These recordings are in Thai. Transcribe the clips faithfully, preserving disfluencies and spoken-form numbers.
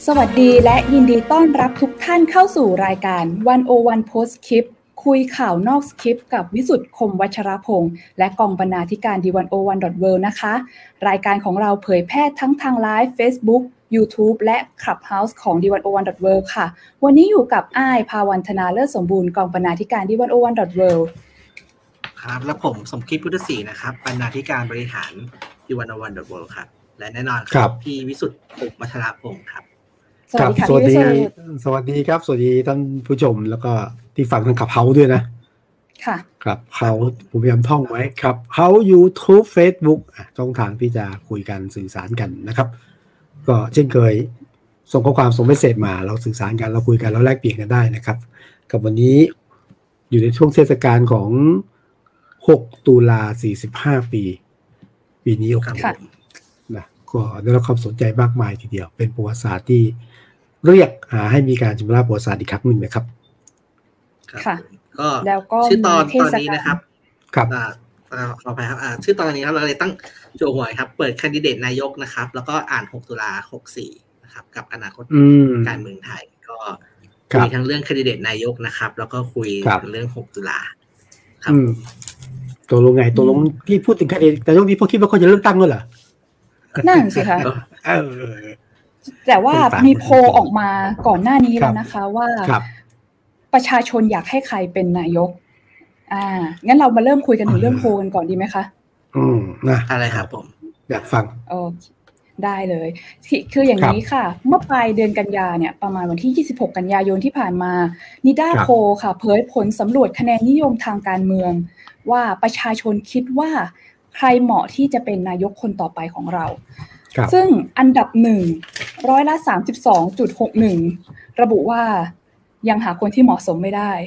สวัสดีและยินดีต้อนรับทุกท่านเข้าสู่รายการหนึ่งศูนย์หนึ่ง Post Script คุยข่าวนอกสคริปต์กับวิสุทธิ์คมวัชรพงษ์และกองบรรณาธิการ ดี หนึ่งศูนย์หนึ่ง ดอท เวิลด์ นะคะรายการของเราเผยแพร่ทั้งทางไลฟ์ Facebook YouTube และ Clubhouse ของ ดี หนึ่งศูนย์หนึ่ง ดอท เวิลด์ ค่ะวันนี้อยู่กับอ้ายภาวันธนาเลิศสมบูรณ์กองบรรณาธิการ ดี หนึ่งศูนย์หนึ่ง ดอท เวิลด์ครับและผมสมคิดพุทธศรีนะครับบรรณาธิการบริหาร ดี หนึ่งศูนย์หนึ่ง ดอท เวิลด์ ครับและแน่นอนครับพี่วิสุทธิ์คมวัชรพงษ์ครับสวัสดีค่ะสวัสดีสวัสดีครับสวัสดีท่านผู้ชมแล้วก็ที่ฟังทางขับเฮาด้วยนะค่ะครับเฮาผมพยายามท่องไว้ครับเฮา YouTube Facebook ช่องทางที่จะคุยกันสื่อสารกันนะครับก็เช่นเคยส่งข้อความส่งเมสเสจมาเราสื่อสารกันเราคุยกันเราแลกเปลี่ยนกันได้นะครับกับวันนี้อยู่ในช่วงเทศกาลของหกตุลาสี่สิบห้าปีปีนี้โอ้โหนะก็ได้รับความสนใจมากมายทีเดียวเป็นประวัติศาสตร์ที่เรียกหาให้มีการชำระประวัติศาสตร์อีกครั้งหนึ่งนะครับค่ะก็แล้วก็ชื่อตอนตอนนี้นะครับครับอ่าขออภัยครับอ่าชื่อตอนนี้ครับเราเลยตั้งโจทย์หวยครับเปิดแคนดิเดตนายกนะครับแล้วก็อ่านหกตุลาหกสี่นะครับกับอนาคตการเมืองไทยก็คุยทั้งเรื่องแคนดิเดตนายกนะครับแล้วก็คุยทั้งเรื่องหกตุลาครับตัวลงไงตัวลงที่พูดถึงแคนดิเดตนายกนี่พวกคิดว่าเขาจะเลือกตั้งด้วยเหรอนั่นสิคะเออแต่ว่ามีโพลออกมาก่อนหน้านี้แล้วนะคะว่าประชาชนอยากให้ใครเป็นนายกอ่างั้นเรามาเริ่มคุยกันถึงเรื่องโพลกันก่อนดีไหมคะอืมนะอะไรครับผมอยากฟังโอ้ได้เลยคืออย่างนี้ค่ะเมื่อปลายเดือนกันยาเนี่ยประมาณวันที่ยี่สิบหกกันยายนที่ผ่านมานิด้าโพลค่ะเผยผลสำรวจคะแนนนิยมทางการเมืองว่าประชาชนคิดว่าใครเหมาะที่จะเป็นนายกคนต่อไปของเราซึ่งอันดับหนึ่งร้อยละ สามสิบสองจุดหกหนึ่ง ระบุว่ายังหาคนที่เหมาะสมไม่ได้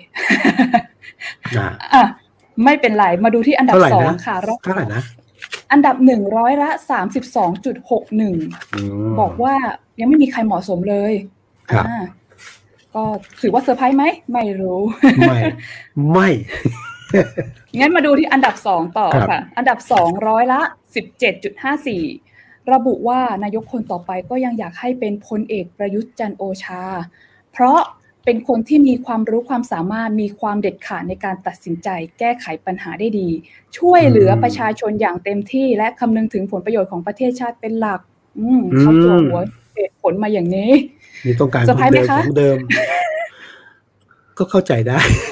อ่ะไม่เป็นไรมาดูที่อันดับสองค่ะเท่าไหร่นะอันดับหนึ่งร้อยละ สามสิบสองจุดหกหนึ่ง บอกว่ายังไม่มีใครเหมาะสมเลยอ่าก็ถือว่าเซอร์ไพรส์ไหมไม่รู้ไม่ไม่งั้นมาดูที่อันดับสองต่อค่ะอันดับสองร้อยละ สิบเจ็ดจุดห้าสี่ ระบุว่านายกคนต่อไปก็ยังอยากให้เป็นพลเอกประยุทธ์จันทร์โอชาเพราะเป็นคนที่มีความรู้ความสามารถมีความเด็ดขาดในการตัดสินใจแก้ไขปัญหาได้ดีช่วยเหลือประชาชนอย่างเต็มที่และคำนึงถึงผลประโยชน์ของประเทศชาติเป็นหลักอืมเขาจั่วหัวเหตุผลมาอย่างนี้นี่ต้องการของเดิมของเดิมก็เข้าใจได้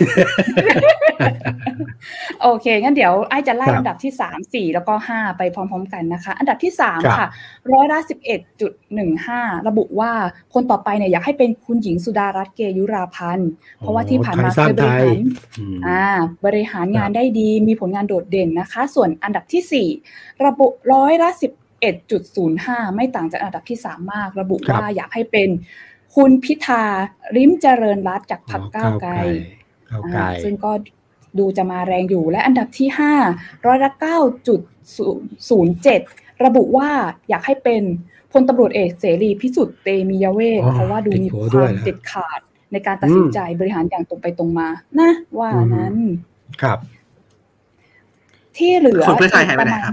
โอเคงั้นเดี๋ยวไอ้จะไล่อันดับที่สาม สี่แล้วก็ห้าไปพร้อมๆกันนะคะอันดับที่สามค่ะร้อยละ สิบเอ็ดจุดหนึ่งห้า ระบุว่าคนต่อไปเนี่ยอยากให้เป็นคุณหญิงสุดารัตน์เกยุราพันธ์เพราะว่าที่ผ่านมาเคยบริหารอ่าบริหารงานได้ดีมีผลงานโดดเด่นนะคะส่วนอันดับที่สี่ระบุร้อยละ สิบเอ็ดจุดศูนย์ห้า ไม่ต่างจากอันดับที่สามมากระบุว่าอยากให้เป็นคุณพิธาลิ้มเจริญรัตน์จากพรรคก้าวไกลซึ่งก็ดูจะมาแรงอยู่และอันดับที่ห้าร้อยละ เก้าจุดศูนย์เจ็ด ระบุว่าอยากให้เป็นพลตำรวจเอกเสรีพิสุทธิ์เตมียเวทเพราะว่าดูมีความเด็ดขาดในการตัดสินใจบริหารอย่างตรงไปตรงมานะว่านั้นครับที่เหลือคนเพื่อไทยหายไปไหนครับ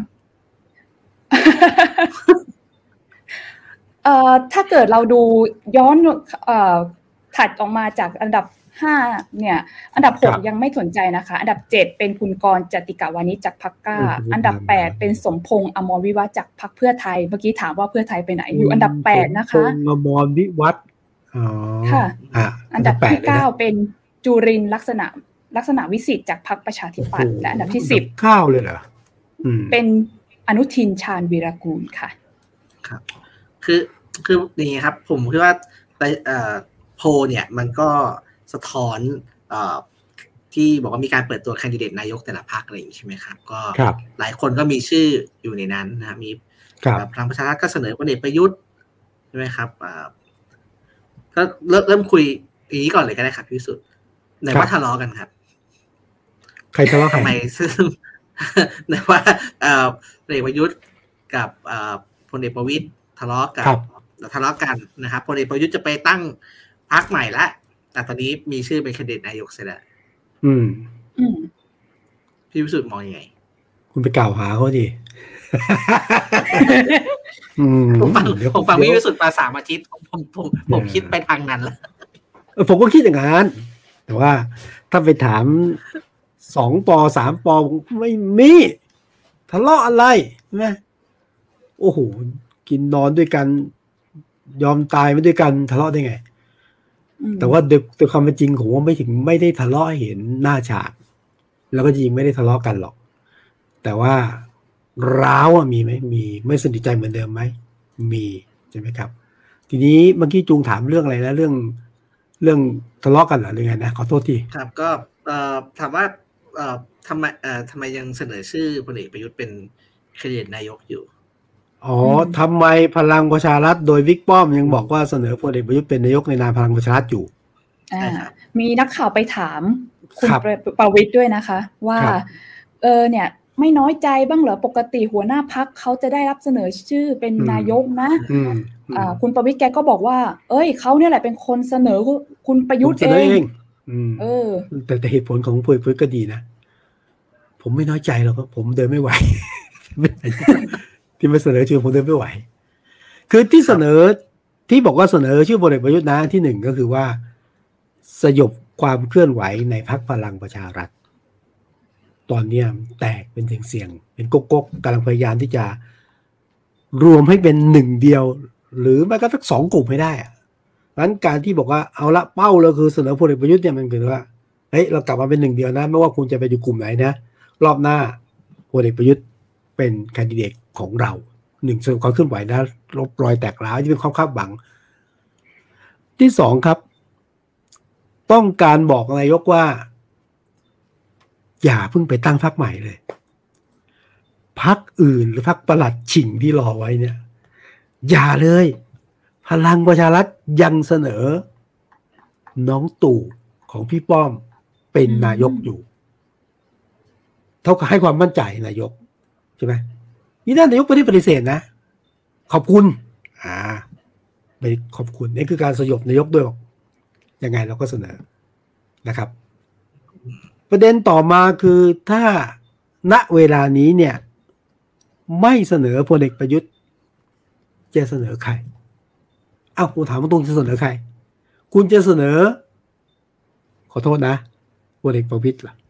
เอ่อถ้าเกิดเราดูย้อนเอ่อถัดออกมาจากอันดับห้าเนี่ยอันดับหกยังไม่สนใจนะคะอันดับเจ็ดเป็นคุณกรณ์จติกาวานิชจากพรรคกล้าอันดับแปดเป็นสมพงษ์อมรวิวัฒน์จากพรรคเพื่อไทยเมื่อกี้ถามว่าเพื่อไทยไปไหนอยู่อันดับแปดนะคะอมรวิวัฒน์อ๋อค่ะอันดับที่เก้าเป็นจุรินทร์ลักษณะลักษณะวิสิทธิ์จากพรรคประชาธิปัตย์และอันดับที่สิบเก้าเลยเหรอเป็นอนุทินชาญวีรกูลค่ะครับคือคืออย่างนี้ครับผมคิดว่าเอ่อโพลเนี่ยมันก็สะท้อนเอ่อที่บอกว่ามีการเปิดตัวแคนดิเดตนายกแต่ละพรรคอะไรอย่างนี้ใช่ไหมครับก็หลายคนก็มีชื่ออยู่ในนั้นนะมีพลังประชารัฐก็เสนอพลเอกประยุทธ์ใช่ไหมครับก็เริ่มเริ่มคุยอย่างนี้ก่อนเลยก็ได้ครับพี่สุดไหนว่าทะเลาะกันครับใครทะเลาะกันทำไมซึ่งไหนว่าพลเอกประยุทธ์กับพลเอกประวิตรทะเลาะกันทะเลาะกันนะครับพลเอกประยุทธ์จะไปตั้งพรรคใหม่ละแต่ตอนนี้มีชื่อเป็นแคนดิเดตนายกเสร็จแล้วอืมอืมพี่วิสุทธิ์มองยังไงคุณไปกล่าวหาเขาดิผมฟังผมฟังพี่วิสุทธิ์มาสามอาทิตย์ผมผมผมผมคิดไปทางนั้นแล้วผมก็คิดอย่างนั้นแต่ว่าถ้าไปถามสองปอสามปอไม่มีทะเลาะอะไรนะโอ้โหกินนอนด้วยกันยอมตายไม่ด้วยกันทะเลาะได้ไงแต่ว่าโดยโดยความเป็นจริงผมว่าไม่ถึงไม่ได้ทะเลาะเห็นหน้าฉากแล้วก็จริงไม่ได้ทะเลาะกันหรอกแต่ว่าร้าวมีไหมมีไม่สนิทใจเหมือนเดิมไหมมีใช่ไหมครับทีนี้เมื่อกี้จูงถามเรื่องอะไรนะเรื่องเรื่องทะเลาะกันเหรอหรือไงนะขอโทษทีครับก็เอ่อถามว่าเอ่อทำไมเอ่อทำไมยังเสนอชื่อพลเอกประยุทธ์เป็นแคนดิเดตนายกอยู่อ๋อทำไมพลังประชารัฐโดยบิ๊กป้อมยังบอกว่าเสนอพลเอกประยุทธ์เป็นนายกในนามพลังประชารัฐอยู่อ่ามีนักข่าวไปถามคุณประวิตรด้วยนะคะว่าเออเนี่ยไม่น้อยใจบ้างเหรอปกติหัวหน้าพรรคเขาจะได้รับเสนอชื่อเป็นนายกนะอ่าคุณประวิตรแกก็บอกว่าเอ้ยเขาเนี่ยแหละเป็นคนเสนอคุณประยุทธ์เองเออแต่แต่เหตุผลของพูดพูดก็ดีนะผมไม่น้อยใจหรอกผมเดินไม่ไหวที่มาเสนอชื่อผมเดินไม่ไหวคือที่เสนอที่บอกว่าเสนอชื่อพลเอกประยุทธ์นะที่หนึ่งก็คือว่าสยบความเคลื่อนไหวในพรรคพลังประชารัฐตอนนี้แตกเป็นเสียงๆเป็นก๊กๆกำลังพยายามที่จะรวมให้เป็นหนึ่งเดียวหรือไม่ก็สักสองกลุ่มให้ได้อะงั้นการที่บอกว่าเอาละเป้าเราคือเสนอพลเอกประยุทธ์เนี่ยมันคือว่าเฮ้ยเรากลับมาเป็นหนึ่งเดียวนะไม่ว่าคุณจะไปอยู่กลุ่มไหนนะรอบหน้าพลเอกประยุทธ์เป็นแคนดิเดตของเราหนึ่งส่วนความเคลื่อนไหวนะลบรอยแตกร้าวที่เป็นความคาดหวังที่สองครับต้องการบอกนายกว่าอย่าเพิ่งไปตั้งพรรคใหม่เลยพรรคอื่นหรือพรรคประหลัดฉิงที่รอไว้เนี่ยอย่าเลยพลังประชารัฐยังเสนอน้องตู่ของพี่ป้อมเป็นนายกอยู่เท่ากับให้ความมั่นใจนายกใช่ไหมนี่ด้านนายกไม่ได้ปฏิเสธนะขอบคุณอ่าไปขอบคุณนี่คือการสยบนายกด้วยยังไงเราก็เสนอนะครับประเด็นต่อมาคือถ้าณเวลานี้เนี่ยไม่เสนอพลเอกประยุทธ์จะเสนอใครอ้าวผมถามว่าตรงจะเสนอใครคุณจะเสนอขอโทษนะพลเอกประวิตรล่ะ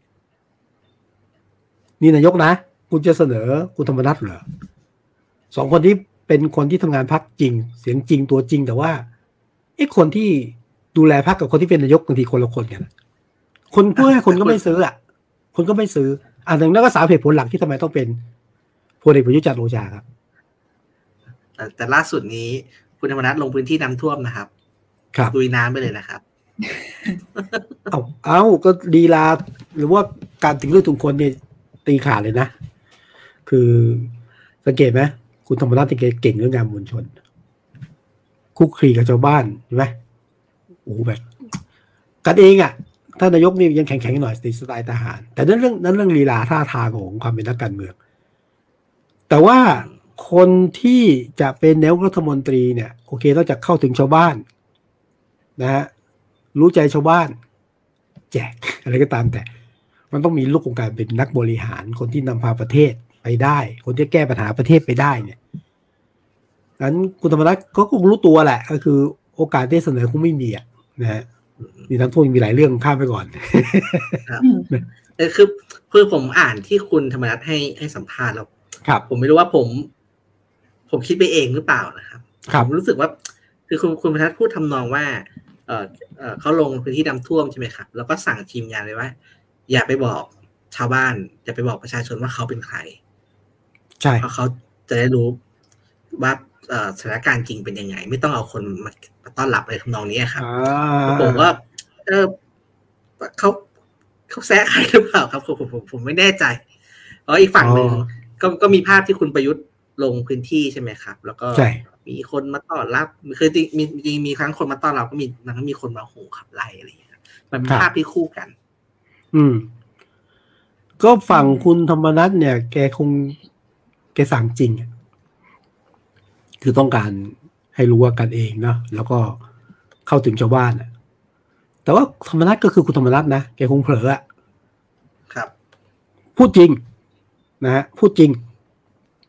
นี่นายกนะคุณจะเสนอคุณธรรมนัสเหรอสองคนที่เป็นคนที่ทำงานพรรคจริงเสียงจริงตัวจริงแต่ว่าไอ้คนที่ดูแลพรรคกับคนที่เป็นนายกบางทีคนละคนกันคนเพื่อคนก็ไม่ซื้ออ่ะคนก็ไม่ซื้ออ่าหนึ่งนั่นก็สามเหตุผลหลักที่ทำไมต้องเป็นพลเอกประยุทธ์จันทร์โอชาครับแต่แต่ล่าสุดนี้คุณธรรมนัสลงพื้นที่น้ำท่วมนะครับครับลุยน้ำไปเลยนะครับเอาเอาก็ลีลาหรือว่าการถึงเรื่องถุงคนเนี่ยตีขาดเลยนะคือสังเกตไหมคุณธรรมนัสเก่งเรื่องงานมวลชนคุกคีกับชาวบ้านใช่ไหมโอ้แบบกันเองอ่ะถ้านายกนี่ยังแข็งๆหน่อยสไตล์ทหารแต่นั่นเรื่องนั้นเรื่องลีลาท่าทางของความเป็นนักการเมืองแต่ว่าคนที่จะเป็นนายกรัฐมนตรีเนี่ยโอเคนอกจากเข้าถึงชาวบ้านนะฮะรู้ใจชาวบ้านแจกอะไรก็ตามแต่มันต้องมีลูกของการเป็นนักบริหารคนที่นำพาประเทศไปได้คนที่แก้ปัญหาประเทศไปได้เนี่ยงั้นคุณธรรมนัสก็คงรู้ตัวแหละก็คือโอกาสได้เสนอคงไม่มีอ่ะนะฮะมีทั้งทุนมีหลายเรื่องข้ามไปก่อนครับเออคือคือผมอ่านที่คุณธรรมนัสให้ให้สัมภาษณ์แล้วครับผมไม่รู้ว่าผมผมคิดไปเองหรือเปล่านะครับผมรู้สึกว่าคือคุณคุณธรรมนัสพูดทำนองว่าเออเออเขาลงพื้นที่น้ำท่วมใช่ไหมครับแล้วก็สั่งทีมงานเลยว่าอย่าไปบอกชาวบ้านอย่าไปบอกประชาชนว่าเขาเป็นใครใช่เพราะเขาจะได้รู้ว่าสถานการณ์จริงเป็นยังไงไม่ต้องเอาคนมาต้อนรับอะไรทำนองนี้ครับผมว่าเออเขาเขาแซะใครหรือเปล่าครับผมผมผมผมไม่แน่ใจเพราะอีกฝั่งหนึ่งก็ก็มีภาพที่คุณประยุทธ์ลงพื้นที่ใช่ไหมครับแล้วก็มีคนมาต้อนรับคือมีมีมีครั้งคนมาต้อนรับก็มีแล้วก็มีคนมาโห่ขับไล่อะไรอย่างเงี้ยมันเป็นภาพที่คู่กันอืมก็ฝั่งคุณธรรมนัสเนี่ยแกคงแกสั่งจริงคือต้องการให้รู้ว่ากันเองเนาะแล้วก็เข้าถึงชาวบ้านอ่ะแต่ว่าธรรมนัสก็คือคุณธรรมนัสนะแกคงเผลออ่ะครับพูดจริงนะฮะพูดจริง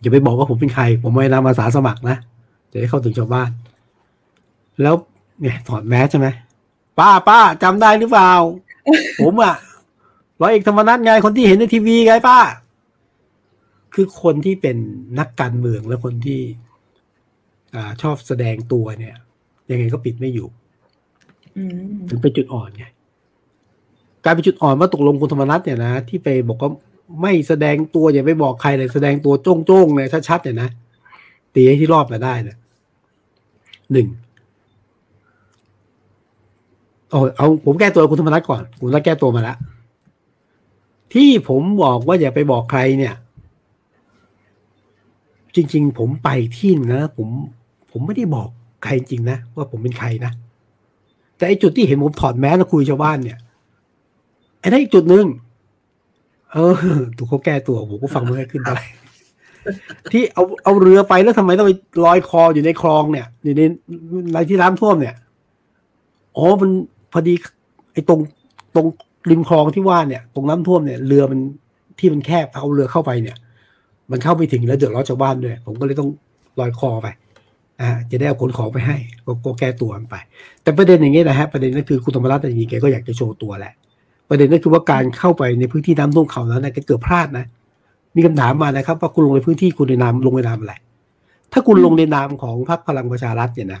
อย่าไปบอกว่าผมเป็นใครผมไม่นำอาสาสมัครนะจะได้เข้าถึงชาวบ้านแล้วเนี่ยถอดแมสใช่ไหมป้าป้าจำได้หรือเปล่า ผมอ่ะร้อยเอกธรรมนัสไงคนที่เห็นในทีวีไงป้าคือคนที่เป็นนักการเมืองและคนที่อ่าชอบแสดงตัวเนี่ยยังไงก็ปิดไม่อยู่ถึงเป็นจุดอ่อนไงการเป็นจุดอ่อนว่าตกลงคุณธรรมนัสเนี่ยนะที่ไปบอกว่าไม่แสดงตัวอย่าไปบอกใครเลยแสดงตัวโจ้งๆเลยชัดๆเนี่ยนะตีให้ที่รอบมาได้นะหนึ่งเอาเอาผมแก้ตัวคุณธรรมนัสก่อนคุณต้องแก้ตัวมาแล้วที่ผมบอกว่าอย่าไปบอกใครเนี่ยจริงๆผมไปที่นะผมผมไม่ได้บอกใครจริงนะว่าผมเป็นใครนะแต่ไอ้จุดที่เห็นผมถอดแมสแล้วคุยชาวบ้านเนี่ยไอ้นั่นอีกจุดหนึ่งเออถูกเขาแก้ตัวผมก็ฟังไม่ได้ขึ้นอะไรที่เอาเอาเรือไปแล้วทำไมต้องไปลอยคออยู่ในคลองเนี่ยอยู่ในในที่น้ำท่วมเนี่ยอ๋อมันพอดีไอ้ตรงตรงริมคลองที่ว่าเนี่ยตรงน้ำท่วมเนี่ยเรือมันที่มันแคบเอาเรือเข้าไปเนี่ยมันเข้าไปถึงแล้วเดือดร้อนชาวบ้านด้วยผมก็เลยต้องลอยคอไปอ่าจะได้เอาขนของไปให้ก็ก็แก้ตัวมันไปแต่ประเด็นอย่างนี้นะฮะประเด็นก็คือคุณธรรมรัตน์จริงๆแกก็อยากจะโชว์ตัวแหละประเด็นก็คือว่าการเข้าไปในพื้นที่น้ำท่วมเขานั้นนะแกเกิดพลาดนะมีคำถามมานะครับว่าคุณลงในพื้นที่คุณในนามลงในนามอะไรถ้าคุณลงในนามของพรรคพลังประชารัฐเนี่ยนะ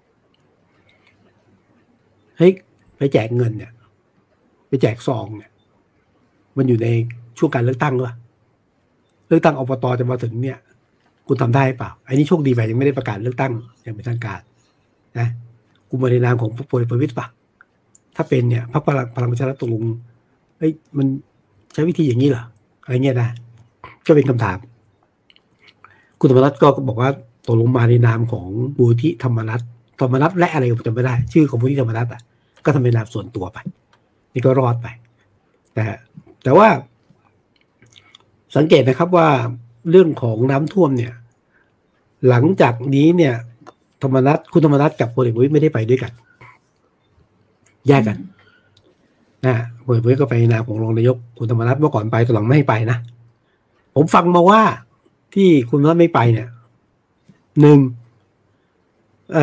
เฮ้ยไปแจกเงินเนี่ยไปแจกซองเนี่ยมันอยู่ในช่วงการเลือกตั้งหรือเปล่าเลือกตั้งอบตจะมาถึงเนี่ยคุณทำได้เปล่าอันนี้โชคดีไปยังไม่ได้ประกาศเลือกตั้งอย่างเป็นทางการนะคุณมาในนามของพลเอกประวิตรป่ะถ้าเป็นเนี่ยพรรคพลังพลังประชารัฐตกลงเฮ้ยมันใช้วิธีอย่างนี้เหรออะไรเงี้ยนะก็เป็นคำถามคุณธรรมรัตน์ก็บอกว่าตกลงมาในนามของมูลที่ธรรมรัตน์ธรรมรัตน์และอะไรผมจำไม่ได้ชื่อของมูลที่ธรรมรัตน์อ่ะก็ทำเป็นนามส่วนตัวไปนี่ก็รอดไปแต่แต่ว่าสังเกตนะครับว่าเรื่องของน้ำท่วมเนี่ยหลังจากนี้เนี่ยธรรมนัสคุณธรรมนัสกับพลเอกประวิตรไม่ได้ไปด้วยกันแยกกันนะพลเอกประวิตรก็ไปนามของรองนายกคุณธรรมนัสเมื่อก่อนไปตอนหลังไม่ให้ไปนะผมฟังมาว่าที่คุณธรรมนัสไม่ไปเนี่ยหนึ่งเอ่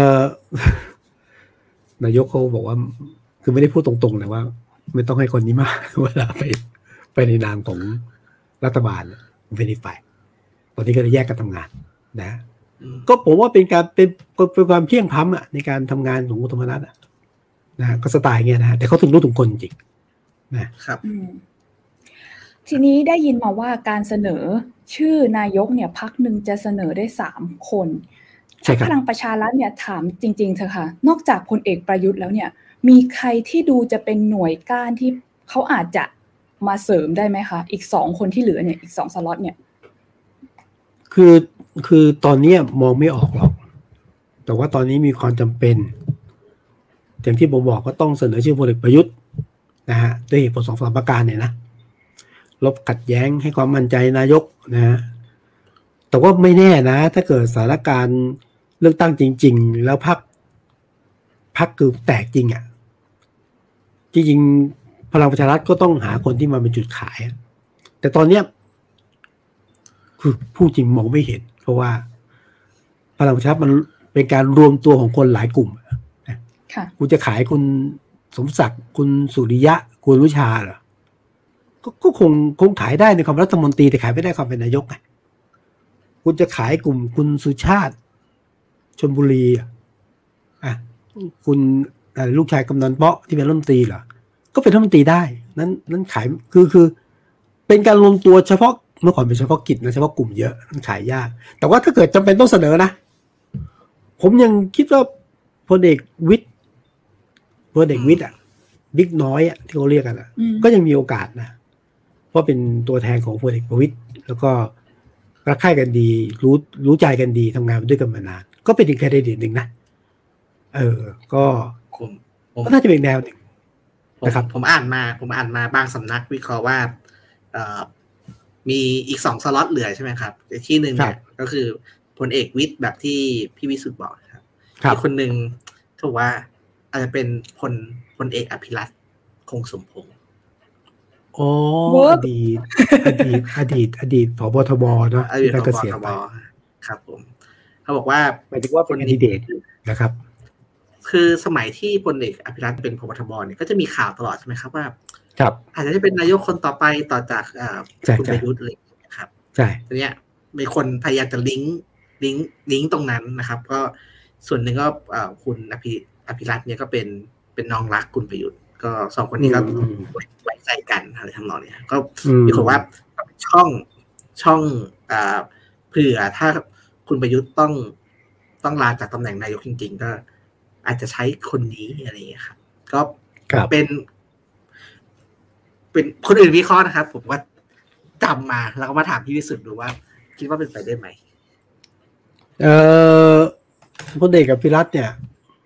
อนายกเขาบอกว่าคือไม่ได้พูดตรงๆเลยว่าไม่ต้องให้คนนี้มาเวลาไปไปในนามของรัฐบาลไม่ได้ไปตอนนี้ก็จะแยกกันทำงานนะก็ผมว่าเป็นการเป็นเป็นความเที่ยงพร้ำอ่ะในการทำงานของคุณธรรมนัสนะก็สไตล์เงี้ยนะแต่เขาถึงรู้ถึงคนจริงนะครับทีนี้ได้ยินมาว่าการเสนอชื่อนายกเนี่ยพรรคหนึ่งจะเสนอได้สามคนพลังประชารัฐเนี่ยถามจริงๆเถอะค่ะนอกจากพลเอกประยุทธ์แล้วเนี่ยมีใครที่ดูจะเป็นหน่วยก้านที่เขาอาจจะมาเสริมได้ไหมคะอีกสองคนที่เหลือเนี่ยอีกสองสล็อตเนี่ยคือคือตอนนี้มองไม่ออกหรอกแต่ว่าตอนนี้มีความจำเป็นอย่างที่ผมบอกก็ต้องเสนอชื่อพลเอกประยุทธ์นะฮะด้วยเหตุผลสองสามประการเนี่ยนะลบขัดแย้งให้ความมั่นใจนายกนะฮะแต่ว่าไม่แน่นะถ้าเกิดสถานการณ์เลือกตั้งจริงๆแล้วพรรคพรรคคือแตกจริงอ่ะจริงๆพลังประชารัฐก็ต้องหาคนที่มาเป็นจุดขายแต่ตอนเนี้ยคือพูดจริงมองไม่เห็นเพราะว่าพลังประชารัฐมันเป็นการรวมตัวของคนหลายกลุ่มค่ะคุณจะขายคุณสมศักดิ์คุณสุริยะคุณวิชาเหรอก็ก็คงคงขายได้ในความรัฐมนตรีแต่ขายไม่ได้ความเป็นนายกไงคุณจะขายกลุ่มคุณสุชาติชลบุรีอ่ะคุณลูกชายกำนันเปาะที่เป็นรัฐมนตรีเหรอก็เป็นรัฐมนตรีได้นั้นนั้นขายคือคือเป็นการรวมตัวเฉพาะเมื่อก่อนเป็นเฉพาะกิจนะเฉพาะกลุ่มเยอะมันขายยากแต่ว่าถ้าเกิดจำเป็นต้องเสนอนะผมยังคิดว่าพลเอกวิทย์พลเอกวิทย์อ่ะบิ๊กน้อยอ่ะที่เขาเรียกกันอ่ะก็ยังมีโอกาสนะเพราะเป็นตัวแทนของพลเอกประวิตรแล้วก็รักใคร่กันดีรู้รู้ใจกันดีทำงานด้วยกันมานานก็เป็นอีกแคนดิเดตหนึ่งนะเออก็ก็น่าจะเป็นแนวหนึ่งนะครับผมอ่านมาผมอ่านมาบางสำนักวิเคราะห์ว่าเอ่อมีอีกสองสล็อตเหลือใช่ไหมครับที่หนึ่งเนี่ยก็คือพลเอกวิทย์แบบที่พี่วิสุทธ์บอกครับอีกคนหนึ่งเขาบอกว่าอาจจะเป็นพลพลเอกอภิรัตน์คงสมพงษ์อ๋ออดีตอดีตอดีตอดีตผบทบเนาะอดีตผเกบษียณทไปบครับผมเขาบอกว่าหมายถึงว่าเป็นแคนดิเดตนะครับคือสมัยที่พลเอกอภิรัตน์เป็นผบทบเนี่ยก็จะมีข่าวตลอดใช่ไหมครับว่าครับอาจจะเป็นนายกคนต่อไปต่อจากคุณประยุทธ์เลยครับใช่ทีเนี้ยมีคนพยายามจะลิงก์ลิงก์ลิงก์ตรงนั้นนะครับก็ส่วนหนึ่งก็คุณอภิอภิรัตน์เนี่ยก็เป็นเป็นน้องรักคุณประยุทธ์ก็สองคนนี้ก็ไว้ใจกันอะไรทำนองเนี้ยก็มีคนว่าช่องช่องอ่าเผื่อถ้าคุณประยุทธ์ต้องต้องลาจากตำแหน่งนายกจริงๆก็อาจจะใช้คนนี้อะไรอย่างเงี้ยครับก็เป็นเป็นคนอื่นวิเคราะห์นะครับผมว่าจำมาแล้วก็มาถามพี่วิสุทธิ์ดูว่าคิดว่าเป็นไปได้ไหมเอ่อพลเอกอภิรัตน์เนี่ย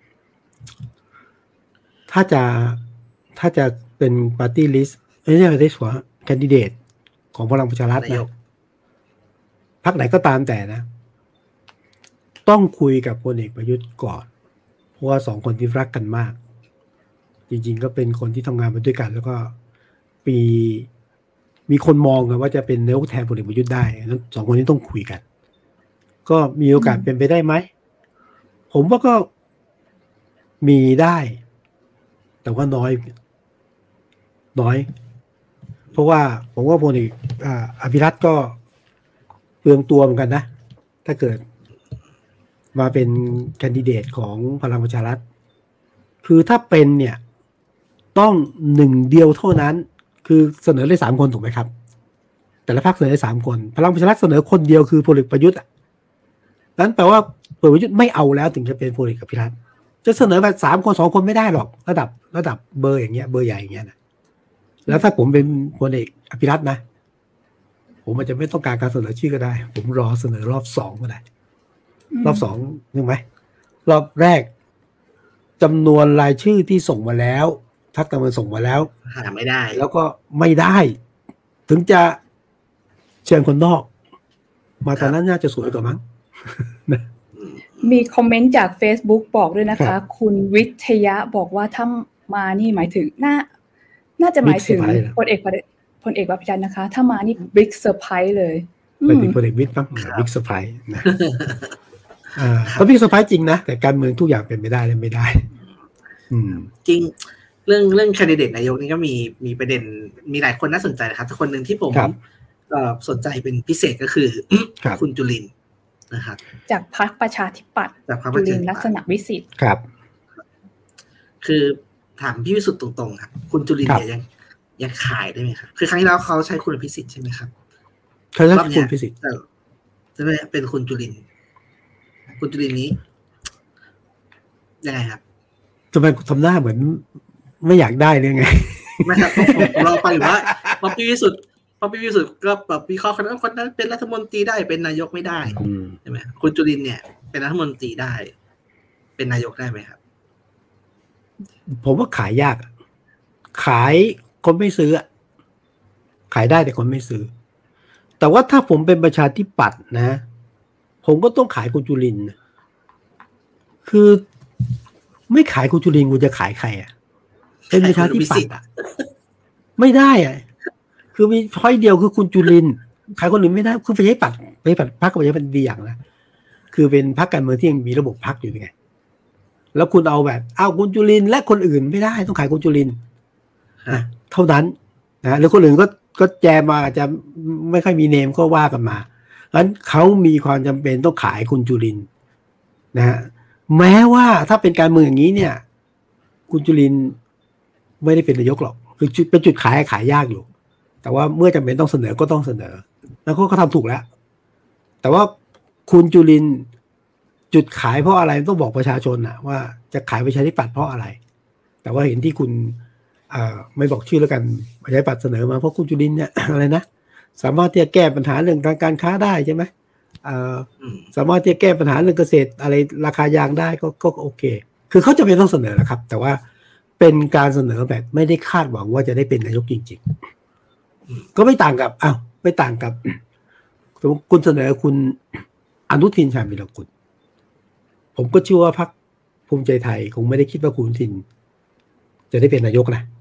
ถ้าจะถ้าจะเป็นปาร์ตี้ลิสต์ไม่ใช่ปาร์ตี้ลิสต์ว่าแคนดิเดตของพลังประชารัฐนะพรรคไหนก็ตามแต่นะต้องคุยกับพลเอกประยุทธ์ก่อนเพราะว่าสองคนที่รักกันมากจริงๆก็เป็นคนที่ทำงานมาด้วยกันแล้วก็มีมีคนมองกันว่าจะเป็นนายกแทนพลเอกประยุทธ์ได้นั้นสองคนนี้ต้องคุยกันก็มีโอกาสเป็นไปได้ไหมผมว่าก็มีได้แต่ว่าน้อยน้อยเพราะว่าผมว่าพลเอกอภิรัตน์ก็เปลืองตัวเหมือนกันนะถ้าเกิดมาเป็นแคนดิเดตของพลังประชารัฐคือถ้าเป็นเนี่ยต้องหนึ่งเดียวเท่านั้นคือเสนอได้สามคนถูกไหมครับแต่ละพรรคเสนอได้สามคนพลังประชารัฐเสนอคนเดียวคือพลเอกประยุทธ์อ่ะนั้นแปลว่าพลเอกประยุทธ์ไม่เอาแล้วถึงจะเป็นพลเอกอภิรัตน์จะเสนอแบบสามคนสองคนไม่ได้หรอกระดับระดับเบอร์อย่างเงี้ยเบอร์ใหญ่อย่างเงี้ยนะแล้วถ้าผมเป็นพลเอกอภิรัตน์นะผมอาจจะไม่ต้องการการเสนอชื่อก็ได้ผมรอเสนอรอบสองก็ได้รอบสองนึกไหมรอบแรกจำนวนรายชื่อที่ส่งมาแล้วพรรคการเมืองส่งมาแล้วหาไม่ได้แล้วก็ไม่ได้ถึงจะเชิญคนนอกมาตอนนั้นน่าจะสวยกว่ามั้งมีคอมเมนต์จาก Facebook บอกด้วยนะคะคุณวิทยะบอกว่าถ้ามานี่หมายถึงน่าน่าจะหมายถึงพลเอกพลเอกประยุทธ์นะคะถ้ามานี่บิ๊กเซอร์ไพรส์เลยไปถึงพลเอกวิทย์ปั๊บบิ๊กเซอร์ไพรส์นะอ่าก็บิ๊กเซอร์ไพรส์จริงนะแต่การเมืองทุกอย่างเป็นไม่ได้เลยไม่ได้อืมจริงเรื่องเรื่องแคนดิเดตนายกนี่ก็มีมีประเด็นมีหลายคนน่าสนใจนะครับแต่คนหนึ่งที่ผมสนใจเป็นพิเศษก็คือคุณจุลินทร์นะครับจากพรรคประชาธิปัตย์จุลินทร์ลักษณะวิสิทธิ์ครับคือถามพี่วิสุทธิ์ตรงๆครับคุณจุลินทร์เนี่ยยังยังขายได้ไหมครับคือครั้งที่แล้วเขาใช้คุณพิสิทธิ์ใช่ไหมครับเขาใช้คุณพิสิทธิ์จะไม่เป็นคุณจุลินทร์คุณจุลินทร์นี้ยังไงครับทำไมทำหน้าเหมือนไม่อยากได้เลยไงไม่ครับผมรอฟังอยู่ว่าพอพี่วิสุทธิ์พอพี่วิสุทธิ์ก็แบบวิเคราะห์คนนั้นคนนั้นเป็นรัฐมนตรีได้เป็นนายกไม่ได้ใช่ไหมคุณจุลินทร์เนี่ยเป็นรัฐมนตรีได้เป็นนายกได้ไหมครับผมว่าขายยากขายคนไม่ซื้อขายได้แต่คนไม่ซื้อแต่ว่าถ้าผมเป็นประชาธิปัตย์นะผมก็ต้องขายคุณจุลินทร์คือไม่ขายคุณจุลินทร์กูจะขายใครอ่ะเป็นประชาธิปัตย์อ่ะไม่ได้อ่ะคือมีช้อยเดียวคือคุณจุลินทร์ขายคนอื่นไม่ได้คือประชาธิปัตย์ประชาธิปัตย์พรรคประชาธิปัตย์ดีอย่างนะคือเป็นพรรคการเมืองที่ยังมีระบบพรรคอยู่ไงแล้วคุณเอาแบบเอาคุณจุลินทร์และคนอื่นไม่ได้ต้องขายคุณจุลินทร์นะเท่านั้นนะแล้วคนอื่นก็ก็แจมมาอาจจะไม่ค่อยมีเนมก็ว่ากันมาเพราะฉะนั้นเขามีความจำเป็นต้องขายคุณจุลินทร์นะฮะแม้ว่าถ้าเป็นการเมืองอย่างนี้เนี่ยคุณจุลินทร์ไม่ได้เป็นนายกหรอกคือเป็นจุดขายขายยากอยู่แต่ว่าเมื่อจำเป็นต้องเสนอก็ต้องเสนอแล้วเขาทำถูกแล้วแต่ว่าคุณจุลินทร์จุดขายเพราะอะไรต้องบอกประชาชนนะว่าจะขายประชาธิปัตย์เพราะอะไรแต่ว่าเห็นที่คุณไม่บอกชื่อแล้วกันประชาธิปัตย์เสนอมาเพราะคุณจุลินทร์เนี่ยอะไรนะสามารถที่จะแก้ปัญหาเรื่องการการค้าได้ใช่ไหมสามารถที่จะแก้ปัญหาเรื่องเกษตรอะไรราคายางได้ก็ก็โอเคคือเขาจะไม่ต้องเสนอนะครับแต่ว่าเป็นการเสนอแบบไม่ได้คาดหวังว่าจะได้เป็นนายกจริงๆก็ไม่ต่างกับอ้าวไม่ต่างกับคุณเสนอคุณอนุทินชาญวีรกุลผมก็เชื่อว่าพรรคภูมิใจไทยคงไม่ได้คิดว่าคุณอนุทินจะได้เป็นนายกนะ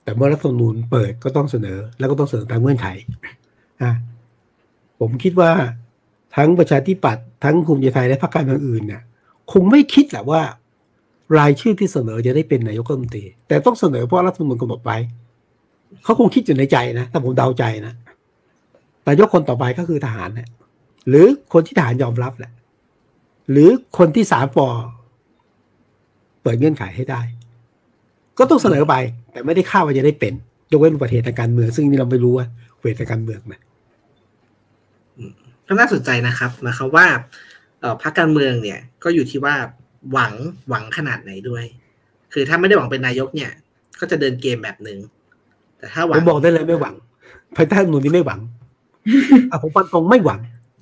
แต่เมื่อรัฐธรรมนูญเปิดก็ต้องเสนอแล้วก็ต้องเสนอตามเงื่อนไขอ่ะผมคิดว่าทั้งประชาธิปัตย์ทั้งภูมิใจไทยและพรรคการเมืองอื่นเนี่ยคงไม่คิดแหละว่ารายชื่อที่เสนอจะได้เป็นนายกรัฐมนตรีแต่ต้องเสนอเพราะรัฐธรรมนูญกำหนดไว้เขาคงคิดอยู่ในใจนะถ้าผมเดาใจนะนายกคนต่อไปก็คือทหารเนี่ยหรือคนที่ทหารยอมรับแหละหรือคนที่สามป.เปิดเงื่อนไขให้ได้ก็ต้องเสนอไปแต่ไม่ได้คาดว่าจะได้เป็นยกเว้นอุบัติเหตุทางการเมืองซึ่งนี่เราไม่รู้ว่าอุบัติเหตุทางการเมืองนะก็น่าสนใจนะครับนะครับว่าพรรคการเมืองเนี่ยก็อยู่ที่ว่าหวังหวังขนาดไหนด้วยคือถ้าไม่ได้หวังเป็นนายกเนี่ยก็จะเดินเกมแบบนึงแต่ถ้าหวังผมบอกได้เลยไม่หวังภายใต้รัฐธรรมนูญนี้ไม่หวังอ่ะผมฟันธงไม่หวัง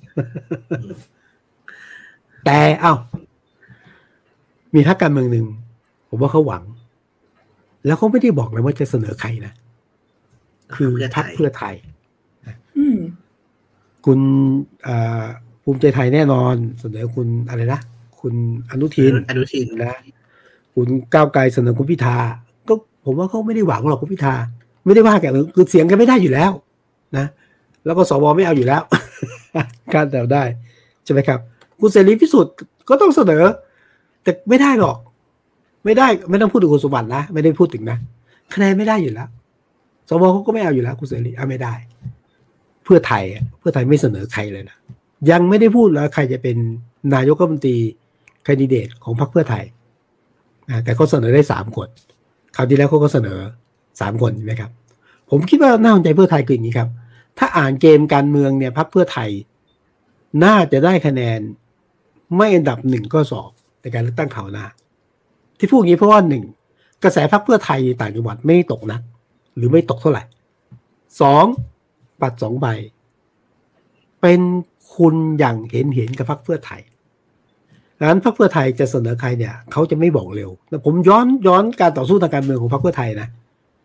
แต่เอ้ามีพรรคการเมืองหนึ่งผมว่าเขาหวังแล้วเขาไม่ได้บอกเลยว่าจะเสนอใครนะคือพรรคเพื่อไทยคุณภูมิใจไทยแน่นอนเสนอคุณอะไรนะคุณอนุทินอนุทินนะคุณก้าวไกลเสนอคุณพิธาก็ผมว่าเขาไม่ได้หวังหรอกคุณพิธาไม่ได้ว่าแกคือเสียงแกไม่ได้อยู่แล้วนะแล้วก็สวไม่เอาอยู่แล้วการแต่ได้ใช่ไหมครับคุณเสรีพิสุทธิ์ก็ต้องเสนอแต่ไม่ได้หรอกไม่ได้ไม่ต้องพูดถึงคุณสมบัตินะไม่ได้พูดถึงนะคะแนนไม่ได้อยู่แล้วสวเขาก็ไม่เอาอยู่แล้วคุณเสรีเอาไม่ได้เพื่อไทยเพื่อไทยไม่เสนอใครเลยนะยังไม่ได้พูดแล้วใครจะเป็นนายกรัฐมนตรีแคนดิเดตของพรรคเพื่อไทยแต่เขาเสนอได้สามคนคราวที่แล้วเขาก็เสนอสามคนใช่ไหมครับผมคิดว่าน่าสนใจเพื่อไทยคืออย่างนี้ครับถ้าอ่านเกมการเมืองเนี่ยพรรคเพื่อไทยน่าจะได้คะแนนไม่อันดับหนึ่งก็สองในการเลือกตั้งคราวหน้าที่พูดอย่างนี้เพราะว่าหนึ่งกระแสพรรคเพื่อไทยต่างจังหวัดไม่ตกนะหรือไม่ตกเท่าไหร่สองบัตรสองใบเป็นคุณอย่างเห็นเห็นกับพรรคเพื่อไทยดังนั้นพรรคเพื่อไทยจะเสนอใครเนี่ยเขาจะไม่บอกเร็วแต่ผมย้อนย้อนการต่อสู้ทางการเมืองของพรรคเพื่อไทยนะ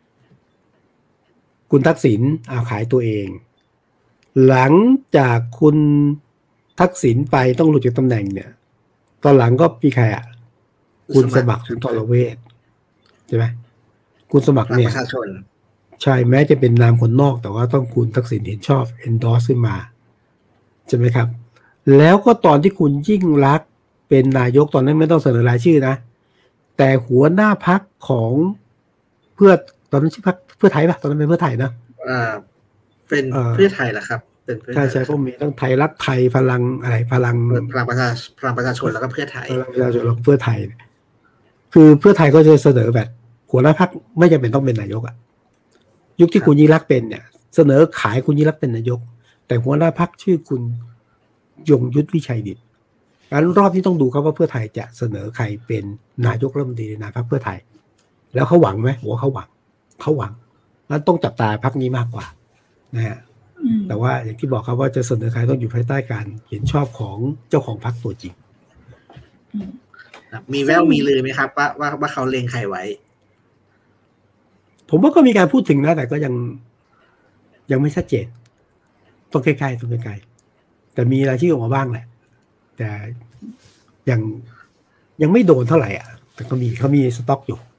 คุณทักษิณเอาขายตัวเองหลังจากคุณทักษิณไปต้องหลุดจากตำแหน่งเนี่ยตอนหลังก็มีใครอ่ะคุณสมัครสุนทรเวชใช่ไหมคุณสมัครเนี่ยใช่แม้จะเป็นนามคนนอกแต่ว่าต้องคุณทักษิณเห็นชอบ endorse ขึ้นมาใช่ไหมครับแล้วก็ตอนที่คุณยิ่งรักเป็นนายกตอนนั้นไม่ต้องเสนอรายชื่อนะแต่หัวหน้าพรรคของเพื่อตอนนั้นชื่อพรรคเพื่อไทยป่ะตอนนั้นเป็นเพื่อไทยนะอ่าเป็นเพื่อไทยแหละครับเป็นใช่ใช่เพราะมีทั้งไทยรักไทยพลังอะไรพลังพลังประชาพลังประชาชนแล้วก็เพื่อไทยพลังประชาชนแล้วก็เพื่อไทยคือเพื่อไทยก็จะเสนอแบบหัวหน้าพรรคไม่จำเป็นต้องเป็นนายกอ่ะยุคที่คุณยิ่งรักเป็นเนี่ยเสนอขายคุณยิ่งรักเป็นนายกแต่หัวหน้าพรรคชื่อคุณยงยุทธวิชัยดิษฐ์งั้นรอบที่ต้องดูครับว่าเพื่อไทยจะเสนอใครเป็นนายกรัฐมนตรีในนามพรรคเพื่อไทยแล้วเขาหวังไหมหัวเขาหวังเขาหวังแล้วต้องจับตาพรรคนี้มากกว่านะฮะแต่ว่าอย่างที่บอกครับว่าจะเสนอใครต้องอยู่ภายใต้การเห็นชอบของเจ้าของพรรคตัวจริงมีแววมีลือไหมครับว่าว่าว่าเขาเล็งใครไว้ผมว่าก็มีการพูดถึงนะแต่ก็ยังยังไม่ชัดเจนต้องใกล้ๆต้องใกล้ๆแต่มีรายชื่อออกมาบ้างแหละแต่ยังยังไม่โดนเท่าไหร่อ่ะแต่ก็มีเขามีสต็อกอยู่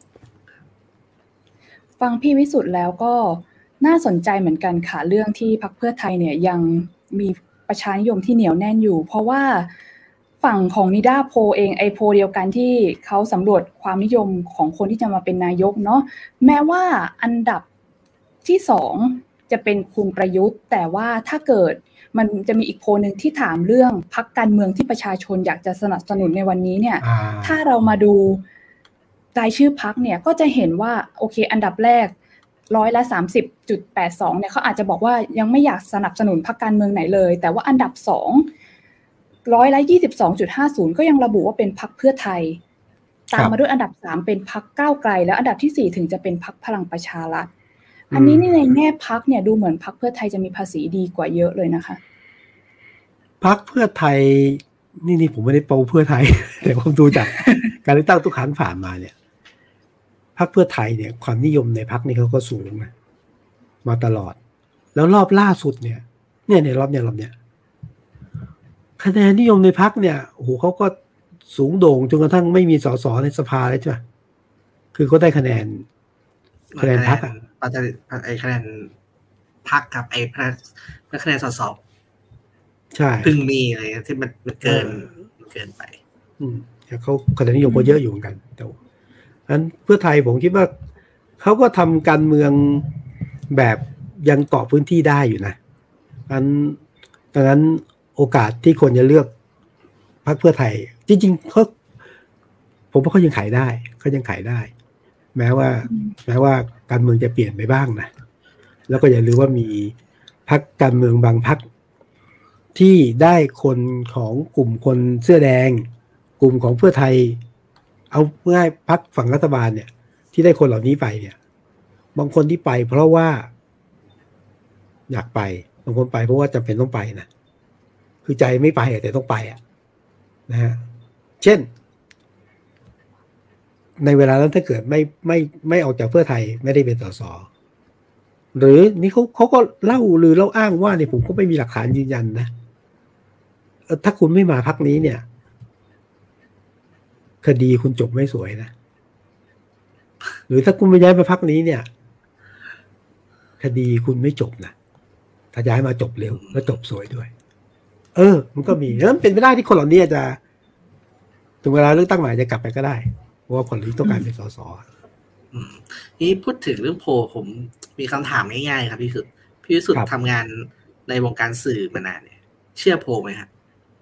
ฟังพี่วิสุทธ์แล้วก็น่าสนใจเหมือนกันค่ะเรื่องที่พรรคเพื่อไทยเนี่ยยังมีประชานิยมที่เหนียวแน่นอยู่เพราะว่าฝั่งของนิด้าโพเองไอโพเดียวกันที่เขาสำรวจความนิยมของคนที่จะมาเป็นนายกเนาะแม้ว่าอันดับที่สองจะเป็นคุณประยุทธ์แต่ว่าถ้าเกิดมันจะมีอีกโพนึงที่ถามเรื่องพรรคการเมืองที่ประชาชนอยากจะสนับสนุนในวันนี้เนี่ยถ้าเรามาดูรายชื่อพรรคเนี่ยก็จะเห็นว่าโอเคอันดับแรกร้อยละ สามสิบจุดแปดสอง เนี่ยเขาอาจจะบอกว่ายังไม่อยากสนับสนุนพรรคการเมืองไหนเลยแต่ว่าอันดับสองร้อยละ ยี่สิบสองจุดห้าศูนย์ ก็ยังระบุว่าเป็นพรรคเพื่อไทยตามมาด้วยอันดับสามเป็นพรรคก้าวไกลแล้วอันดับที่สี่ถึงจะเป็นพรรคพลังประชารัฐอันนี้ในแง่พรรคเนี่ยดูเหมือนพรรคเพื่อไทยจะมีภาษีดีกว่าเยอะเลยนะคะพรรคเพื่อไทยนี่นี่ผมไม่ได้โปรเพื่อไทยแต่ผมดูจากการเลือกตั้งทุกครั้งผ่านมาเนี่ยพรรคเพื่อไทยเนี่ยความนิยมในพรรคนี่เขาก็สูงนะมาตลอดแล้วรอบล่าสุดเนี่ยเนี่ยในรอบเนี่ยรอบเนี่ยคะแนนนิยมในพรรคเนี่ยโอ้โหเขาก็สูงโด่งจนกระทั่งไม่มีสสในสภาเลยใช่ไหมคือเขาได้คะแนนคะแนนพรรคอ่ะไอ้คะแนนพรรคกับไอ้พรรคคะแนนสสใช่พึงมีอะไรที่มันมันเกินเกินไปอืมเขาคะแนนนิยมก็เยอะอยู่เหมือนกันแต่นั้นเพื่อไทยผมคิดว่าเขาก็ทำการเมืองแบบยังเกาะพื้นที่ได้อยู่นะอันดังนั้นโอกาสที่คนจะเลือกพรรคเพื่อไทยจริงๆเขาผมว่าเขายังขายได้เขายังขายได้แม้ว่าแม้ว่าการเมืองจะเปลี่ยนไปบ้างนะแล้วก็อย่าลืมว่ามีพรรคการเมืองบางพรรคที่ได้คนของกลุ่มคนเสื้อแดงกลุ่มของเพื่อไทยเอาง่ายพรรคฝั่งรัฐบาลเนี่ยที่ได้คนเหล่านี้ไปเนี่ยบางคนที่ไปเพราะว่าอยากไปบางคนไปเพราะว่าจำเป็นต้องไปนะคือใจไม่ไปแต่ต้องไปอ่ะนะฮะเช่นในเวลานั้นถ้าเกิดไม่ไม่ไม่ออกจากเพื่อไทยไม่ได้เป็นสสหรือนี่เขาเขาก็เล่าหรือเล่าอ้างว่าเนี่ยผมก็ไม่มีหลักฐานยืนยันนะถ้าคุณไม่มาพรรคนี้เนี่ยคดีคุณจบไม่สวยนะหรือถ้าคุณไม่ย้ายมาพรรคนี้เนี่ยคดีคุณไม่จบนะถ้าย้ายมาจบเร็วแล้วจบสวยด้วยเออมันก็มีแล้วเป็นไปได้ที่คนเหล่านี้จะถึงเวลาเลือกตั้งใหม่จะกลับไปก็ได้เพราะว่าคนที่ต้องการเป็นสสนี่พูดถึงเรื่องโพลผมมีคำถามง่ายๆครับพี่สุดพี่สุดทำงานในวงการสื่อมานานเนี่ยเชื่อโพลไหมครับ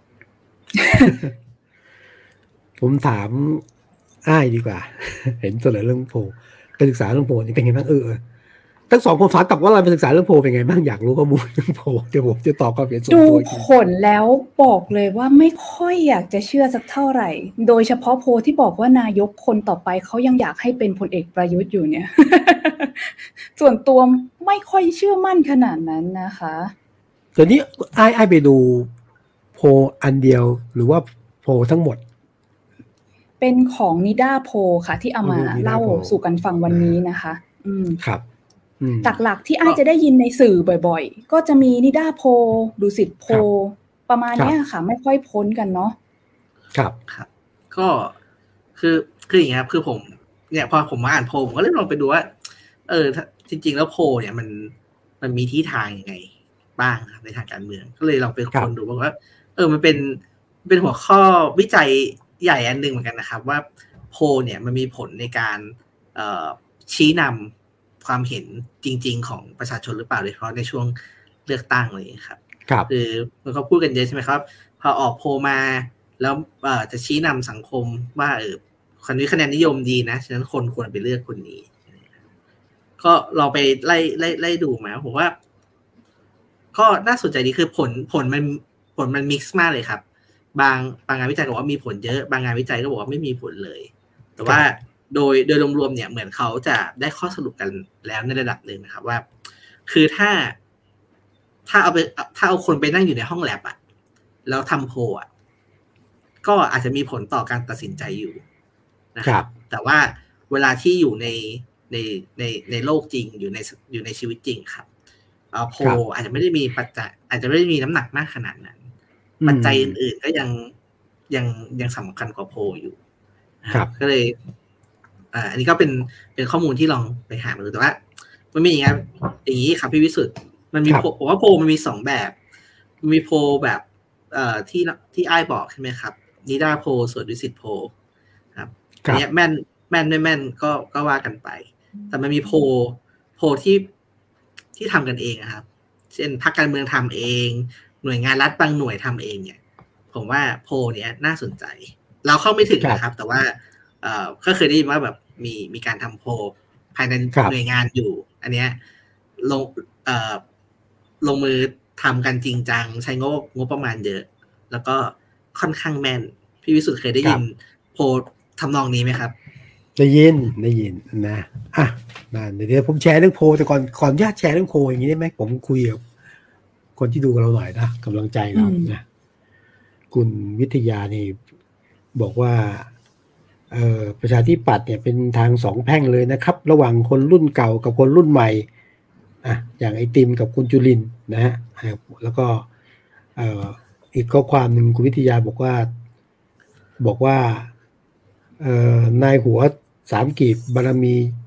ผมถามอ้ายดีกว่าเห็นเสนอเรื่องโพลไปศึกษาเรื่องโพลนี่เป็นไงบ้างเออทั้งสองคนฝากกลับว่าเราไปศึกษาเรื่องโพลเป็นไงบ้างอยากรู้ข้อมูลเรื่องโพลเดี๋ยวผมจะตอบความเห็นส่วนตัวดูผลแล้วบอกเลยว่าไม่ค่อยอยากจะเชื่อสักเท่าไหร่โดยเฉพาะโพลที่บอกว่านายกคนต่อไปเขายังอยากให้เป็นพลเอกประยุทธ์อยู่เนี่ย ส่วนตัวไม่ค่อยเชื่อมั่นขนาดนั้นนะคะตอนนี้อ้ายอ้ายไปดูโพลอันเดียวหรือว่าโพลทั้งหมดเป็นของนิด้าโพลค่ะที่เอามาเล่าสู่กันฟังวันนี้นะคะอืมครับหลักๆที่อ้ายจะได้ยินในสื่อบ่อยๆก็จะมีนิด้าโพลดุสิตโพลประมาณนี้ค่ะไม่ค่อยพ้นกันเนาะครับครับก็คือคืออย่างเงี้ยครับคือผมเนี่ยพอผมมาอ่านโพลผมก็เลยลองไปดูว่าเออจริงๆแล้วโพลเนี่ยมันมันมีที่ทางยังไงบ้างครับในทางการเมืองก็เลยลองไปค้นดูว่าเออมันเป็นเป็นหัวข้อวิจัยใหญ่อันนึงเหมือนกันนะครับว่าโพลเนี่ยมันมีผลในการเอ่อชี้นำความเห็นจริงๆของประชาชนหรือเปล่าโดยเฉพาะในช่วงเลือกตั้งเลยครับคือมันเขาพูดกันเยอะใช่ไหมครับพอออกโพลมาแล้วจะชี้นำสังคมว่าเออคนนี้คะแนนนิยมดีนะฉะนั้นคนควรไปเลือกคนนี้ก็เราไปไล่ไล่ไล่ดูมาผมว่าก็น่าสนใจดีคือผลผลมันผลมันมิกซ์มากเลยครับบางบางงานวิจัยก็บอกว่ามีผลเยอะบางงานวิจัยก็บอกว่าไม่มีผลเลยแต่ว่าโดยโดยรวมๆเนี่ยเหมือนเขาจะได้ข้อสรุปกันแล้วในระดับหนึ่งนะครับว่าคือถ้าถ้าเอาไปถ้าเอาคนไปนั่งอยู่ในห้องแลบอ่ะแล้วทำโพลอ่ะก็อาจจะมีผลต่อการตัดสินใจอยู่นะครับแต่ว่าเวลาที่อยู่ในในในในโลกจริงอยู่ในอยู่ในชีวิตจริงครับเอาโพลอาจจะไม่ได้มีปัจจัยอาจจะไม่ได้มีน้ำหนักมากขนาดนั้นปัจจัยอื่นๆก็ยังยังยังสำคัญกว่าโพลอยู่ก็เลยอ่าอันนี้ก็เป็นเป็นข้อมูลที่ลองไปหามาดูแต่ว่ามันมีอย่างงี้อย่างนี้ครับพี่วิสุทธิ์มันมีผมว่าโพลมันมีสองแบบมันมีโพลแบบเอ่อที่ที่อ้ายบอกใช่ไหมครับนิด้าโพลส่วนดุสิตโพลครับอันนี้แม่นแม่นไม่แม่นก็ก็ว่ากันไปแต่มันมีโพลโพลที่ที่ทำกันเองครับเช่นพรรคการเมืองทำเองหน่วยงานรัฐบางหน่วยทำเองเนี่ยผมว่าโพลเนี้ยน่าสนใจเราเข้าไม่ถึงนะครับแต่ว่าเอ่อก็เคยได้ยินว่าแบบมีมีการทำโพลภายในหน่วยงานอยู่อันเนี้ยลงเอ่อลงมือทำกันจริงจังใช้งบงบประมาณเยอะแล้วก็ค่อนข้างแม่นพี่วิสุทธิ์เคยได้ยินโพลทำนองนี้ไหมครับได้ยินได้ยินนะอ่ะนั่นเดี๋ยวผมแชร์เรื่องโพลแต่ก่อนขออนุญาตแชร์เรื่องโพลอย่างนี้ได้ไหมผมคุยกับคนที่ดูกับเราหน่อยนะกำลังใจเรานะคุณวิทยานี่บอกว่าเอ่อประชาธิปัตย์เนี่ยเป็นทางสองแพร่งเลยนะครับระหว่างคนรุ่นเก่ากับคนรุ่นใหม่อ่ะอย่างไอติมกับคุณจุลินนะฮะแล้วก็เอ่ออีกข้อความหนึ่งคุณวิทยาบอกว่าบอกว่าเอ่อนายหัวสามกีบบารมี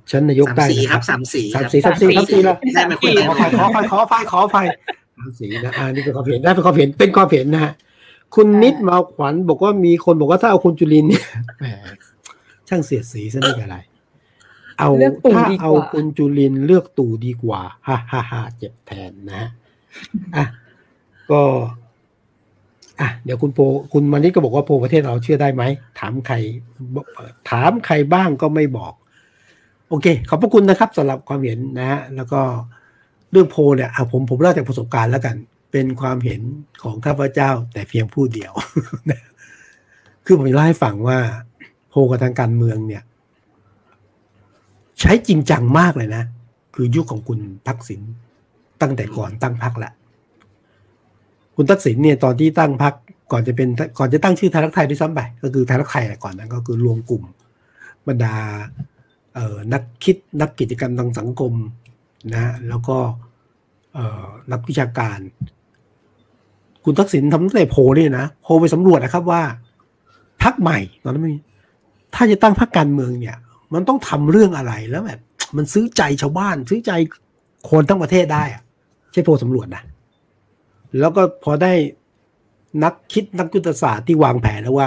ชั้นนายกได้นะครับสามสีสามสีสามสีสามสีแล้วได้ไม่ควรขอไฟขอไฟขอไฟขอไฟสามสีนะอ่านี่เป็นความเห็นได้เป็นความเห็นเป็นความเห็นนะฮะคุณนิดมาขวัญบอกว่ามีคนบอกว่าถ้าเอาคุณจุลินเนี่ยแหมช่างเสียดสีซะนี่อะไรเอาถ้าเอาคุณจุลินเลือกตู่ดีกว่าฮ่าฮ่าฮ่าเจ็บแทนนะฮะอ่ะก็อ่ะเดี๋ยวคุณโพคุณมานิดก็บอกว่าโพประเทศเราเชื่อได้ไหมถามใครถามใครบ้างก็ไม่บอกโอเคขอบพระคุณนะครับสำหรับความเห็นนะฮะแล้วก็เรื่องโพเนี่ยอ่ะผมผมเล่าจากประสบการณ์แล้วกันเป็นความเห็นของข้าพเจ้าแต่เพียงผู้เดียว คือผมจะเล่าให้ฟังว่าโพกับทางการเมืองเนี่ยใช้จริงจังมากเลยนะคือยุคของคุณทักษิณตั้งแต่ก่อนตั้งพรรคละคุณทักษิณเนี่ยตอนที่ตั้งพรรคก่อนจะเป็นก่อนจะตั้งชื่อไทยรักไทยด้วยซ้ำไปก็คือไทยรักไทยแหละก่อนนั้นก็คือรวมกลุ่มบรรดาเอ่อนักคิดนักกิจกรรมทางสังคมนะแล้วก็เอ่อนักวิชาการคุณทักษิณทำตั้งแต่โพลนี่นะโพลไปสำรวจนะครับว่าพรรคใหม่ตอนนั้นมีถ้าจะตั้งพรรคการเมืองเนี่ยมันต้องทำเรื่องอะไรแล้วแบบมันซื้อใจชาวบ้านซื้อใจคนทั้งประเทศได้อะใช่โพลสำรวจนะแล้วก็พอได้นักคิดนักยุทธศาสตร์ที่วางแผนแล้วว่า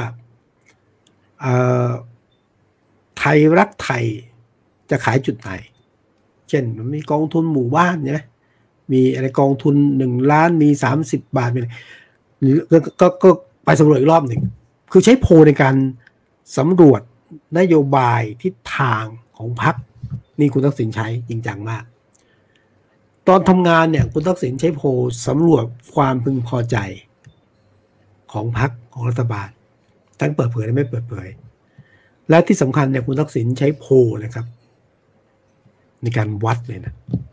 ไทยรักไทยจะขายจุดไหนเช่นมันมีกองทุนหมู่บ้านใช่ไหมมีอะไรกองทุนหนึ่งล้านมีสามสิบบาทหรือก็ก็ไปสำรวจอีกรอบหนึ่งคือใช้โพลในการสำรวจนโยบายทิศทางของพรรคนี่คุณทักษิณใช้จริงจังมากตอนทำงานเนี่ยคุณทักษิณใช้โพลสำรวจความพึงพอใจของพรรคของรัฐบาลทั้งเปิดเผยและไม่เปิดเผยและที่สำคัญเนี่ยคุณทักษิณใช้โพลนะครับในการวัดเลยนะ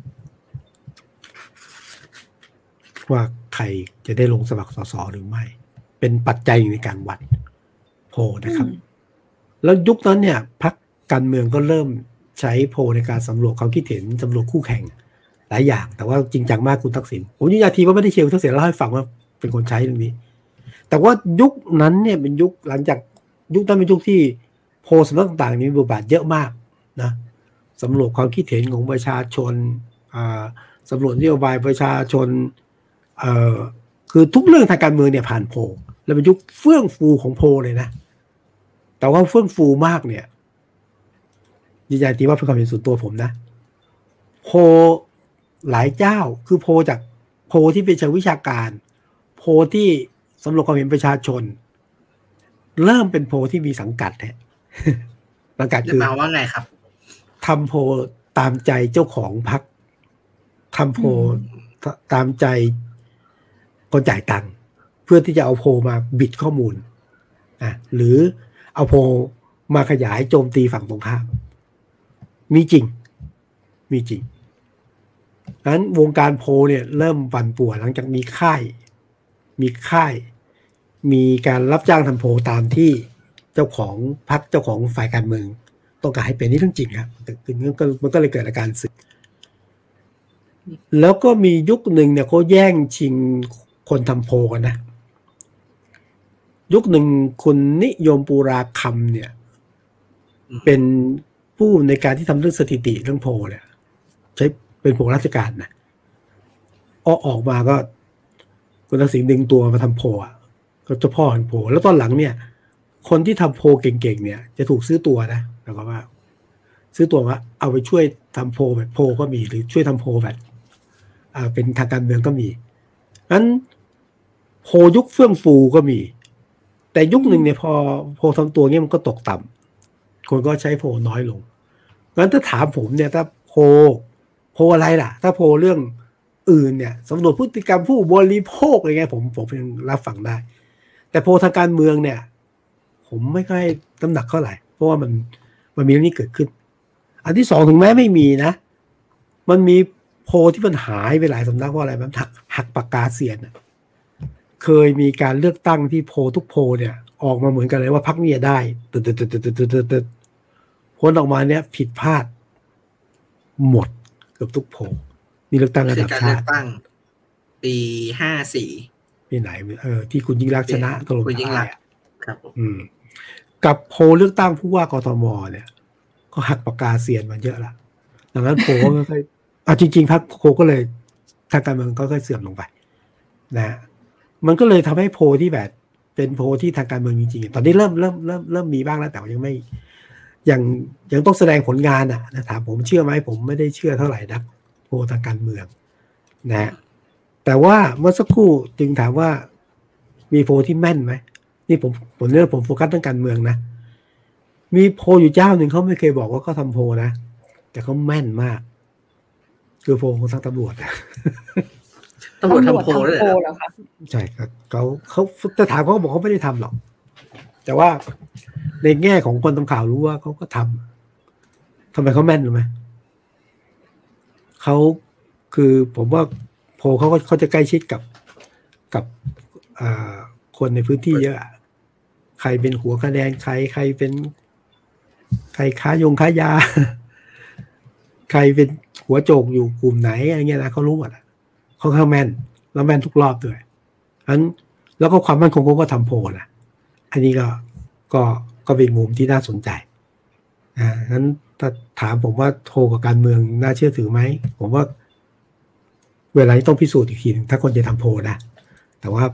ว่าใครจะได้ลงสมัครสสหรือไม่เป็นปัจจัยในการวัดโพลนะครับแล้วยุคนั้นเนี่ยพรรคการเมืองก็เริ่มใช้โพลในการสำรวจความคิดเห็นสำรวจคู่แข่งหลายอย่างแต่ว่าจริงจังมากคุณทักษิณผมยืนยันทีว่าไม่ได้เชียร์คุณทักษิณเล่าให้ฟังว่าเป็นคนใช้เรื่องนี้แต่ว่ายุคนั้นเนี่ยเป็นยุคหลังจากยุคนั้นเป็นยุคที่โพลสำนักต่างๆมีบทบาทเยอะมากนะสำรวจความคิดเห็นของประชาชนสำรวจนโยบายประชาชนคือทุกเรื่องทางการเมืองเนี่ยผ่านโพลแล้วเป็นยุคเฟื่องฟูของโพลเลยนะแต่ว่าเฟื่องฟูมากเนี่ยยืนยันทีว่าเป็นความเห็นส่วนตัวผมนะโพลหลายเจ้าคือโพลจากโพลที่เป็นเชิงวิชาการโพลที่สำรวจความเห็นประชาชนเริ่มเป็นโพลที่มีสังกัดแฮะสังกัดคือมาว่าไงครับทำโพลตามใจเจ้าของพรรคทำโพลตามใจคนจ่ายตังค์เพื่อที่จะเอาโพลมาบิดข้อมูลอ่ะหรือเอาโพลมาขยายโจมตีฝั่งตรงข้ามมีจริงมีจริงนั้นวงการโพลเนี่ยเริ่มปั่นป่วนหลังจากมีค่ายมีค่ายมีการรับจ้างทำโพลตามที่เจ้าของพรรคเจ้าของฝ่ายการเมืองต้องการให้เป็นนี่เรื่องจริงครับแต่มันก็เลยเกิดอาการสึกแล้วก็มียุคหนึ่งเนี่ยเขาแย่งชิงคนทำโพลกันนะยุคหนึ่งคุณนิยมปูราคำเนี่ยเป็นผู้ในการที่ทำเรื่องสถิติเรื่องโพลเนี่ยใช้เป็นโพลราชการนะออกออกมาก็คุณทักษิณดึงตัวมาทำโพลอ่ะก็เจ้าพ่อทำโพลแล้วตอนหลังเนี่ยคนที่ทำโพลเก่งๆเนี่ยจะถูกซื้อตัวนะแล้วก็ว่าซื้อตัวว่าเอาไปช่วยทำโพลแบบโพลก็มีหรือช่วยทำโพลแบบอ่าเป็นทางการเมืองก็มีนั้นโพลยุคเฟื่องฟูก็มีแต่ยุคหนึ่งเนี่ยพอโพลทำตัวเงี้ยมันก็ตกต่ำคนก็ใช้โพลน้อยลงงั้นถ้าถามผมเนี่ยถ้าโพลโพลอะไรล่ะถ้าโพลเรื่องอื่นเนี่ยสำรวจพฤติกรรมผู้บริโภคอะไรเงี้ยผมผมยังรับฟังได้แต่โพลทางการเมืองเนี่ยผมไม่ค่อยน้ำหนักเท่าไหร่เพราะว่ามันมันมีเรื่องนี้เกิดขึ้นอันที่สองถึงแม้ไม่มีนะมันมีโพลที่มันหายไปหลายสำนักเพราะอะไรมันหักหักปากกาเสียนนะเคยมีการเลือกตั้งที่โพลทุกโพลเนี่ยออกมาเหมือนกันเลยว่าพรรคนี้จะได้ตึ๊ดตึ๊ดตึ๊ดตึ๊ดตึ๊ดตึ๊ดผลออกมาเนี่ยผิดพลาดหมดเกือบทุกโพลมีเลือกตั้งระดับชาติปีห้าสี่ปีไหนเออที่คุณยิ่งรักษณ์ชนะตลอดคุณยิ่งรักษณ์ครับอืมกับโพลเลือกตั้งผู้ว่ากทมเนี่ยก็หักปากกาเซียนมาเยอะละดังนั้นโพก็ไม่ค่อยอ่ะจริงๆพรรคโพก็เลยทางการเมืองก็ค่อยเสื่อมลงไปนะมันก็เลยทำให้โพที่แบบเป็นโพที่ทางการเมืองจริงๆตอนนี้เริ่มเริ่มเริ่มเริ่มมีบ้างแล้วแต่ยังไม่ยังยังต้องแสดงผลงานอ่ะนะถามผมเชื่อไหมผมไม่ได้เชื่อเท่าไหร่นักโพทางการเมืองนะแต่ว่าเมื่อสักครู่จึงถามว่ามีโพที่แม่นไหมนี่ผมผมเลือกผมโฟกัสเรื่องการเมืองนะมีโพอยู่เจ้าหนึ่งเขาไม่เคยบอกว่าเขาทำโพนะแต่เขาแม่นมากคือโพของทางตำรวจตำรวจทำโพเลยเหรอคะใช่ครับเขาเขาจะถามเขาบอกเขาไม่ได้ทำหรอกแต่ว่าในแง่ของคนทำข่าวรู้ว่าเขาก็ทำทำไมเขาแม่นรู้ไหมเขาคือผมว่าโพเขาก็เขาจะใกล้ชิดกับกับคนในพื้นที่เยอะใครเป็นหัวคะแนนใครใครเป็นใครค้ายงค้ายาใครเป็นหัวโจกอยู่กลุ่มไหนอะไรเงี้ยนะเขารู้หมดเขาเข้าแม่นแล้วแม่นทุกรอบด้วยอันแล้วก็ความมั่นคงเขาก็ทำโพลนะอันนี้ก็ก็ก็เป็นมุมที่น่าสนใจอ่างั้นถ้าถามผมว่าโพลกับการเมืองน่าเชื่อถือไหมผมว่าเวลานี้ต้องพิสูจน์อีกทีนึงถ้าคนจะทำโพลนะแต่ว่า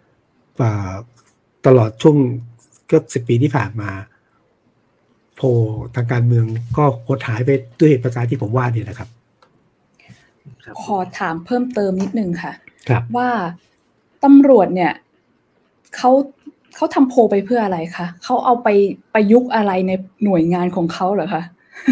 ตลอดช่วงก็สิบปีที่ผ่านมาโพลทางการเมืองก็หดหายไปด้วยเหตุประการที่ผมว่านี่นะครับขอถามเพิ่มเติมนิดนึงค่ะว่าตำรวจเนี่ยเขาเขาทำโพลไปเพื่ออะไรคะเขาเอาไปประยุกต์อะไรในหน่วยงานของเขาเหรอคะ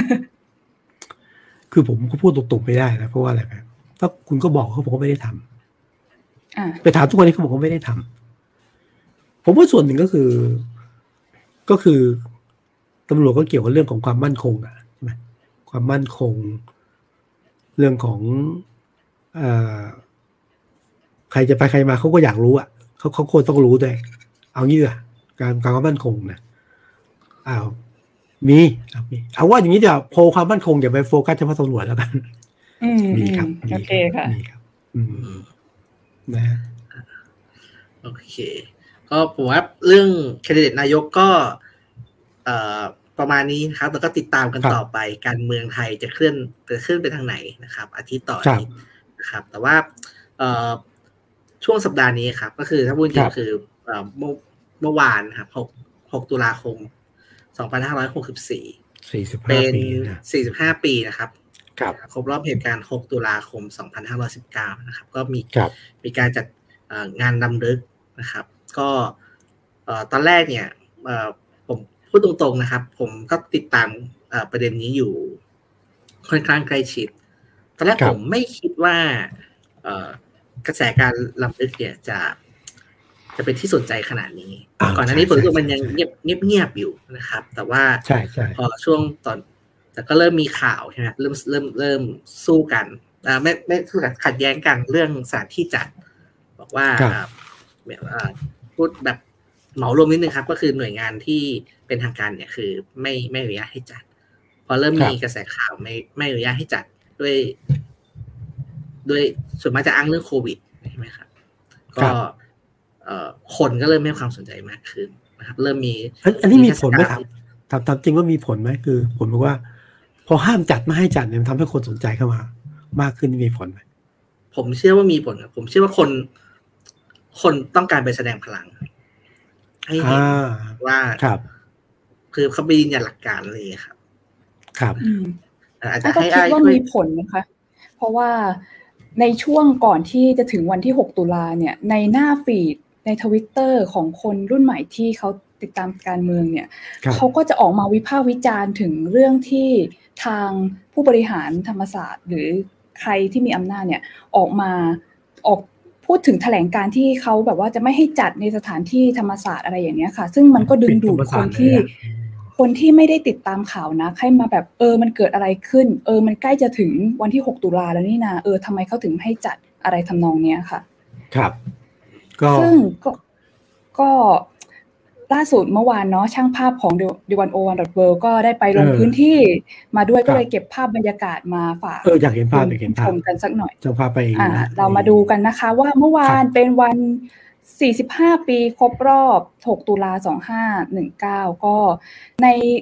คือผมก็พูดตรงๆไม่ได้นะเพราะว่าอะไรแบบถ้าคุณก็บอกเขาผมก็ไม่ได้ทำไปถามทุกคนนี้เขาบอกเขาไม่ได้ทำผมว่าส่วนหนึ่งก็คือก็คือตำรวจก็เกี่ยวกับเรื่องของความมั่นคงอ่ะใช่ไหมความมั่นคงเรื่องของเอ่อใครจะไปใครมาเขาก็อยากรู้อ่ะเขาเขาควรต้องรู้ด้วยเอางี้อ่ะการการความมั่นคงนะอ้าวมีเอาว่าอย่างนี้เดี๋ยวโพลความมั่นคงอย่าไปโฟกัสเฉพาะตำรวจแล้วกันมีครับโอเคค่ะมีครับอืมนะโอเคก็ผมว่าเรื่องแคนดิเดตนายกก็เอ่อประมาณนี้นะครับแล้วก็ติดตามกันต่อไปการเมืองไทยจะเคลื่อนจะเคลื่อนไปทางไหนนะครับอาทิตย์ต่ออาทิตย์นะครับแต่ว่าเอ่อช่วงสัปดาห์นี้ครับก็คือถ้าพูดจริงคือเอ่อเมื่อเมื่อวานครับหกตุลาคมสองพันห้าร้อยหกสิบสี่เป็นสี่สิบห้าปีนะครับครบรอบเหตุการณ์หกตุลาคมสองพันห้าร้อยสิบเก้านะครับก็มีมีการจัดงานรำลึกนะครับก็ตอนแรกเนี่ยผมพูดตรงๆนะครับผมก็ติดตามประเด็นนี้อยู่ค่อนข้างใกล้ชิดตอนแรกผมไม่คิดว่ากระแสการรำลึกเนี่ยจะจะเป็นที่สนใจขนาดนี้ก่อนหน้านี้ผมรู้สึกมันยังเงียบเงียบเงียบอยู่นะครับแต่ว่าพอช่วงตอนแต่ก็เริ่มมีข่าวใช่ไหมเริ่มเริ่มเริ่มสู้กันไม่ไม่สู้กันขัดแย้งกันเรื่องสถานที่จัดบอกว่าพูดแบบเหมารวมนิดนึงครับก็คือหน่วยงานที่เป็นทางการเนี่ยคือไม่ไม่อนุญาตให้จัดพอเริ่มมีกระแสข่าวไม่ไม่อนุญาตให้จัดด้วยด้วยส่วนมากจะอ้างเรื่องโควิดใช่ไหมครับก็คนก็เริ่มให้ความสนใจมากขึ้นนะครับเริ่มมีอันนี้มีผลไหมครับถามถามจริงว่ามีผลไหมคือผลบอกว่าพอห้ามจัดไม่ให้จัดเนี่ยมันทำให้คนสนใจเข้ามามากขึ้นมีผลไหมผมเชื่อว่ามีผลผมเชื่อว่าคนคนต้องการไปแสดงพลังให้เห็นว่าครับคือเขาไปยืนยันหลักการเลยครับครับอาจจะให้คิดว่ามีผลนะคะเพราะว่าในช่วงก่อนที่จะถึงวันที่หกตุลาเนี่ยในหน้าฟีดใน Twitter ของคนรุ่นใหม่ที่เขาติดตามการเมืองเนี่ยเขาก็จะออกมาวิพากษ์วิจารณ์ถึงเรื่องที่ทางผู้บริหารธรรมศาสตร์หรือใครที่มีอำนาจเนี่ยออกมาออกพูดถึงแถลงการที่เขาแบบว่าจะไม่ให้จัดในสถานที่ธรรมศาสตร์อะไรอย่างเงี้ยค่ะซึ่งมันก็ดึงดูดคนที่คนที่ไม่ได้ติดตามข่าวนะให้มาแบบเออมันเกิดอะไรขึ้นเออมันใกล้จะถึงวันที่หกตุลาแล้วนี่นะเออทำไมเขาถึงให้จัดอะไรทำนองเนี้ยค่ะครับก็ซึ่งก็ก็ล่าสุดเมื่อวานเนาะช่างภาพของ ดี วัน โอ วัน ดอท เวิลด์ ก็ได้ไปลงพื้นที่มาด้วยก็เลยเก็บภาพบรรยากาศมาฝากเอออยากเห็นภาพอยากเห็นภาพชมกันสักหน่อยจะพาไปอ่าเรามาดูกันนะคะว่าเมื่อวานเป็นวันสี่สิบห้าปีครบรอบหกตุลาสองพันห้าร้อยสิบเก้าก็ใน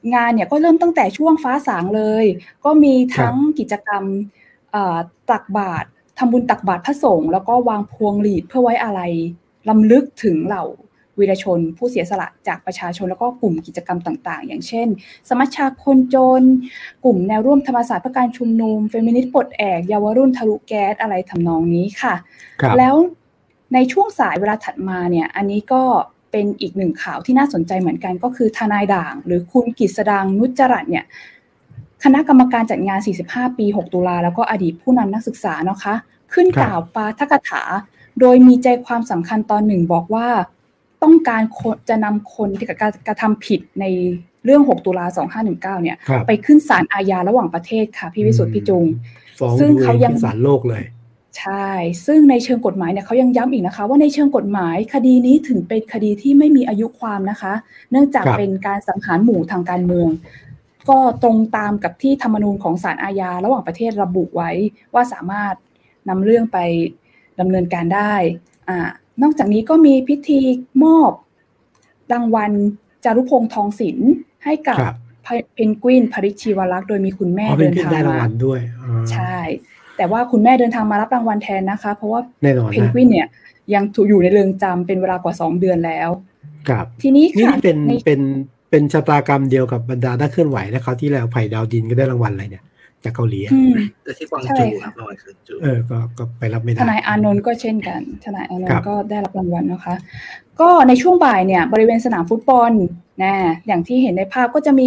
งานเนี่ยก็เริ่มตั้งแต่ช่วงฟ้าสางเลยก็มีทั้งกิจกรรมตักบาตรทำบุญตักบาตรพระสงฆ์แล้วก็วางพวงหลีดเพื่อไว้อาลัยรำลึกถึงเหล่าวีรชนผู้เสียสละจากประชาชนแล้วก็กลุ่มกิจกรรมต่างๆอย่างเช่นสมัชชาคนจนกลุ่มแนวร่วมธรรมศาสตร์เพื่อการชุมนุมเฟมินิสต์ปลดแอกเยาวรุ่นทะลุแก๊สอะไรทำนองนี้ค่ะแล้วในช่วงสายเวลาถัดมาเนี่ยอันนี้ก็เป็นอีกหนึ่งข่าวที่น่าสนใจเหมือนกันก็คือทนายด่างหรือคุณกฤษดางนุจจรัตน์เนี่ยคณะกรรมการจัดงานสี่สิบห้าปีหกตุลาแล้วก็อดีตผู้นำนักศึกษานะคะขึ้นกล่าวปาฐกถาโดยมีใจความสำคัญตอนหนึ่งบอกว่าต้องการจะนำคนที่กระทำผิดในเรื่องหกตุลาสองพันห้าร้อยสิบเก้าเนี่ยไปขึ้นศาลอาญาระหว่างประเทศค่ะพี่วิสุทธิ์พี่จุงซึ่งเขายังศาลโลกเลยใช่ซึ่งในเชิงกฎหมายเนี่ยเขายังย้ำอีกนะคะว่าในเชิงกฎหมายคดีนี้ถึงเป็นคดีที่ไม่มีอายุความนะคะเนื่องจากเป็นการสังหารหมู่ทางการเมืองก็ตรงตามกับที่ธรรมนูญของศาลอาญาระหว่างประเทศระบุไว้ว่าสามารถนำเรื่องไปดำเนินการได้อ่านอกจากนี้ก็มีพิธีมอบรางวัลจารุพงษ์ทองศิลป์ให้กับเพนกวินภริชีวรักษ์โดยมีคุณแม่เดินทางมาด้วยใช่แต่ว่าคุณแม่เดินทางมารับรางวัลแทนนะคะเพราะว่าเพนกวินเนี่ยยังอยู่ในเรือนจำเป็นเวลากว่าสองเดือนแล้วครับทีนี้ค่ะนี่เป็นเป็นเป็นชะตากรรมเดียวกับบรรดานักเคลื่อนไหวและเขาที่แล้วไผ่ดาวดินก็ได้รางวัลอะไรเนี่ยจากเกาหลีแต่ที่กวางจูครับรางวัลคือจูเออก็ก็ไปรับไม่ได้ทนายอานนท์ก็เช่นกันทนายอานนท์ก็ได้รับรางวัลนะคะก็ในช่วงบ่ายเนี่ยบริเวณสนามฟุตบอลนะอย่างที่เห็นในภาพก็จะมี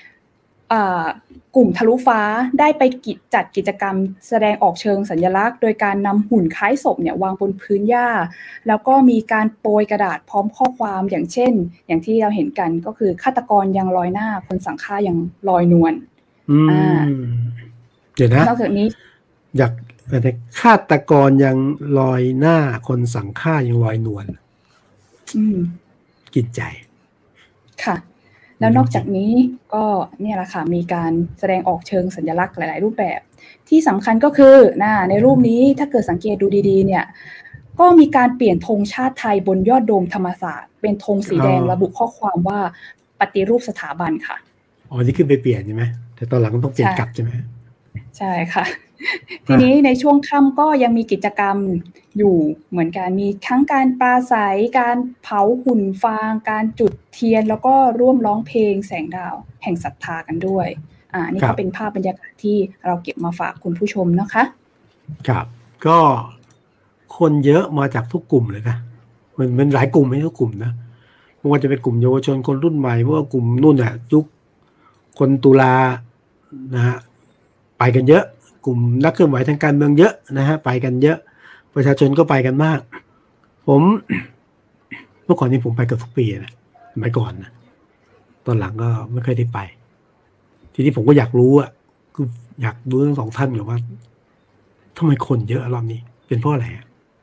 กลุ่มทะลุฟ้าได้ไปกิจจัดกิจกรรมแสดงออกเชิงสัญลักษณ์โดยการนำหุ่นคล้ายศพเนี่ยวางบนพื้นหญ้าแล้วก็มีการโปรยกระดาษพร้อมข้อความอย่างเช่นอย่างที่เราเห็นกันก็คือฆาตกรยังลอยหน้าคนสังฆ่ายังลอยนวลอ่าเดี๋ยวนะนอกจากนี้อยากแต่ฆาตกรยังลอยหน้าคนสังฆ่ายังลอยนวลอืมกินใจค่ะแล้วนอกจากนี้ก็เนี่ยแหละค่ะมีการแสดงออกเชิงสัญลักษณ์หลายๆรูปแบบที่สำคัญก็คือนะในรูปนี้ถ้าเกิดสังเกตดูดีๆเนี่ยก็มีการเปลี่ยนธงชาติไทยบนยอดโดมธรรมศาสตร์เป็นธงสีแดงระบุข้อความว่าปฏิรูปสถาบันค่ะอ๋อที่ขึ้นไปเปลี่ยนใช่ไหมแต่ตอนหลังต้องเปลี่ยนกลับใช่ไหมใช่ค่ะทีนี้ในช่วงค่ำก็ยังมีกิจกรรมอยู่เหมือนกันมีทั้งการปราศัยการเผาหุ่นฟางการจุดเทียนแล้วก็ร่วมร้องเพลงแสงดาวแห่งศรัทธากันด้วยอ่านี่ก็เป็นภาพบรรยากาศที่เราเก็บมาฝากคุณผู้ชมนะคะครับก็คนเยอะมาจากทุกกลุ่มเลยนะมันมันหลายกลุ่มไม่ทุกกลุ่มนะไม่ว่าจะเป็นกลุ่มเยาวชนคนรุ่นใหม่ไม่ว่ากลุ่มนู่นน่ะยุคคนตุลานะฮะไปกันเยอะกลุ่มนักเคลื่อนไหวทางการเมืองเยอะนะฮะไปกันเยอะประชาชนก็ไปกันมากผมเมื่อก่อนนี้ผมไปเกือบทุกปีนะสมัยก่อนนะตอนหลังก็ไม่เคยได้ไปทีนี้ผมก็อยากรู้อ่ะคืออยากรู้ทั้งสองท่านอยู่ว่าทำไมคนเยอะรอบนี้เป็นเพราะอะไรอ่ะ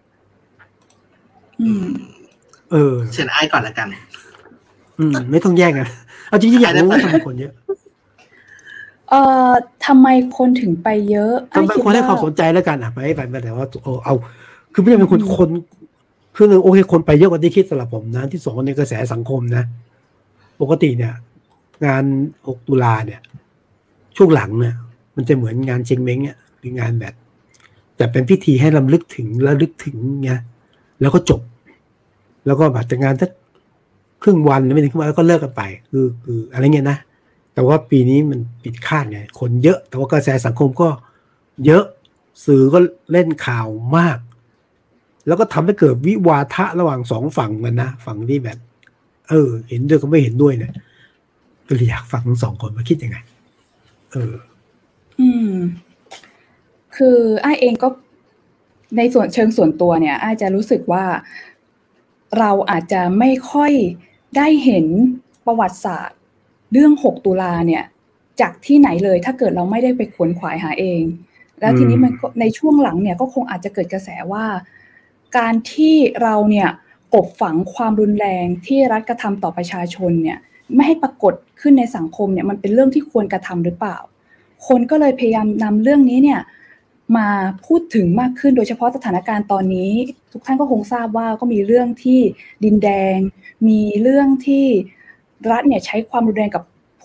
อืมเออเชิญไอ้ก่อนละกันอืมไม่ต้องแย่งกันเอาจริงๆอยากรู้ว่าทำไมคนเยอะเอ่อทำไมคนถึงไปเยอะทำไมคนให้ความสนใจแล้วกันอ่ะไปไปแต่ว่าเอาเอาคือไม่ใช่เป็นคนคนคือหนึ่งโอเคคนไปเยอะกว่าที่คิดสำหรับผมนะที่สองในกระแสสังคมนะปกติเนี่ยงานหกตุลาเนี่ยช่วงหลังเนี่ยมันจะเหมือนงานเชงเม้งเนี่ยหรืองานแบบแต่เป็นพิธีให้รำลึกถึงระลึกถึงไงแล้วก็จบแล้วก็แบบแต่งานสักครึ่งวันไม่ถึงครึ่งวันแล้วก็เลิกกันไปคือคืออะไรเงี้ยนะแต่ว่าปีนี้มันปิดคาดไงคนเยอะแต่ว่ากระแสสังคมก็เยอะสื่อก็เล่นข่าวมากแล้วก็ทำให้เกิดวิวาทะระหว่างสองฝั่งกันนะฝั่งที่แบบเออเห็นด้วยก็ไม่เห็นด้วยเนี่ยก็เลยอยากฟังทั้งสองคนมาคิดยังไงเอออืมคืออ้ายเองก็ในส่วนเชิงส่วนตัวเนี่ยอ้ายจะรู้สึกว่าเราอาจจะไม่ค่อยได้เห็นประวัติศาสตร์เรื่องหกตุลาเนี่ยจากที่ไหนเลยถ้าเกิดเราไม่ได้ไปขวนขวายหาเองแล้วทีนี้มันในช่วงหลังเนี่ยก็คงอาจจะเกิดกระแสว่าการที่เราเนี่ยกบฝังความรุนแรงที่รัฐกระทำต่อประชาชนเนี่ยไม่ให้ปรากฏขึ้นในสังคมเนี่ยมันเป็นเรื่องที่ควรกระทำหรือเปล่าคนก็เลยพยายามนำเรื่องนี้เนี่ยมาพูดถึงมากขึ้นโดยเฉพาะสถานการณ์ตอนนี้ทุกท่านก็คงทราบว่าก็มีเรื่องที่ดินแดงมีเรื่องที่รัฐเนี่ยใช้ความรุนแรงกับผ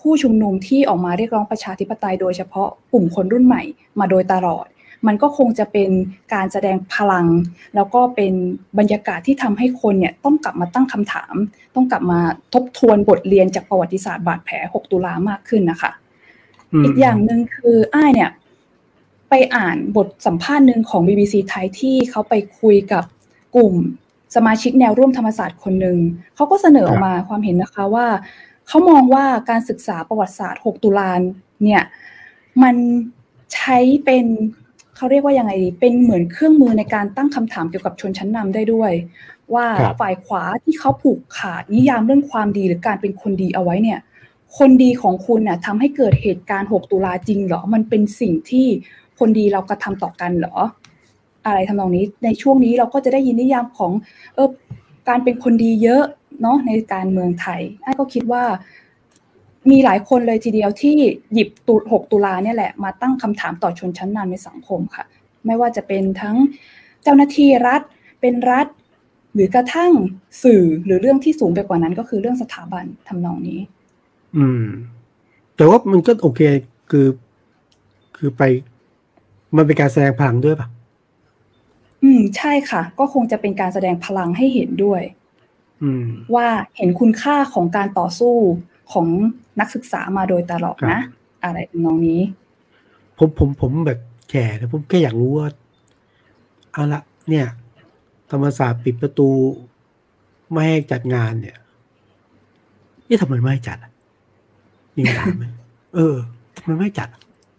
ผู้ชุมนุมที่ออกมาเรียกร้องประชาธิปไตยโดยเฉพาะกลุ่มคนรุ่นใหม่มาโดยตลอดมันก็คงจะเป็นการแสดงพลังแล้วก็เป็นบรรยากาศที่ทำให้คนเนี่ยต้องกลับมาตั้งคำถามต้องกลับมาทบทวนบทเรียนจากประวัติศาสตร์บาดแผลหกตุลามากขึ้นนะคะ อ, อีกอย่างนึงคืออ้ายเนี่ยไปอ่านบทสัมภาษณ์นึงของ บี บี ซี ไทยที่เขาไปคุยกับกลุ่มสมาชิกแนวร่วมธรรมศาสตร์คนนึงเขาก็เสนอออกมาความเห็นนะคะว่าเขามองว่าการศึกษาประวัติศาสตร์หกตุลาเนี่ยมันใช้เป็นเขาเรียกว่ายังไงดีเป็นเหมือนเครื่องมือในการตั้งคำถามเกี่ยวกับชนชั้นนำได้ด้วยว่าฝ่ายขวาที่เขาผูกขาดนิยามเรื่องความดีหรือการเป็นคนดีเอาไว้เนี่ยคนดีของคุณน่ะทำให้เกิดเหตุการณ์หกตุลาจริงเหรอมันเป็นสิ่งที่คนดีเรากระทำต่อกันเหรออะไรทำนองนี้ในช่วงนี้เราก็จะได้ยินนิยามของเออการเป็นคนดีเยอะเนาะในการเมืองไทยอ้ายก็คิดว่ามีหลายคนเลยทีเดียวที่หยิบหกตุลาเนี่ยแหละมาตั้งคำถามต่อชนชั้นนำในสังคมค่ะไม่ว่าจะเป็นทั้งเจ้าหน้าที่รัฐเป็นรัฐหรือกระทั่งสื่อหรือเรื่องที่สูงไปกว่านั้นก็คือเรื่องสถาบันทำนองนี้อืมแต่ว่ามันก็โอเคคือคือไปมันเป็นการแสดงพลังด้วยป่ะอืมใช่ค่ะก็คงจะเป็นการแสดงพลังให้เห็นด้วยอืมว่าเห็นคุณค่าของการต่อสู้ของนักศึกษามาโดยตลอดนะอะไรน้องนี้ผมผมผมแบบแก่แต่ผมแค่อยากรู้ว่าเอาละเนี่ยธรรมศาสตร์ปิดประตูไม่ให้จัดงานเนี่ยนี่ทำไมไม่ให้จัดอ่ะมีคำถามไหมเออทำไมไม่จัด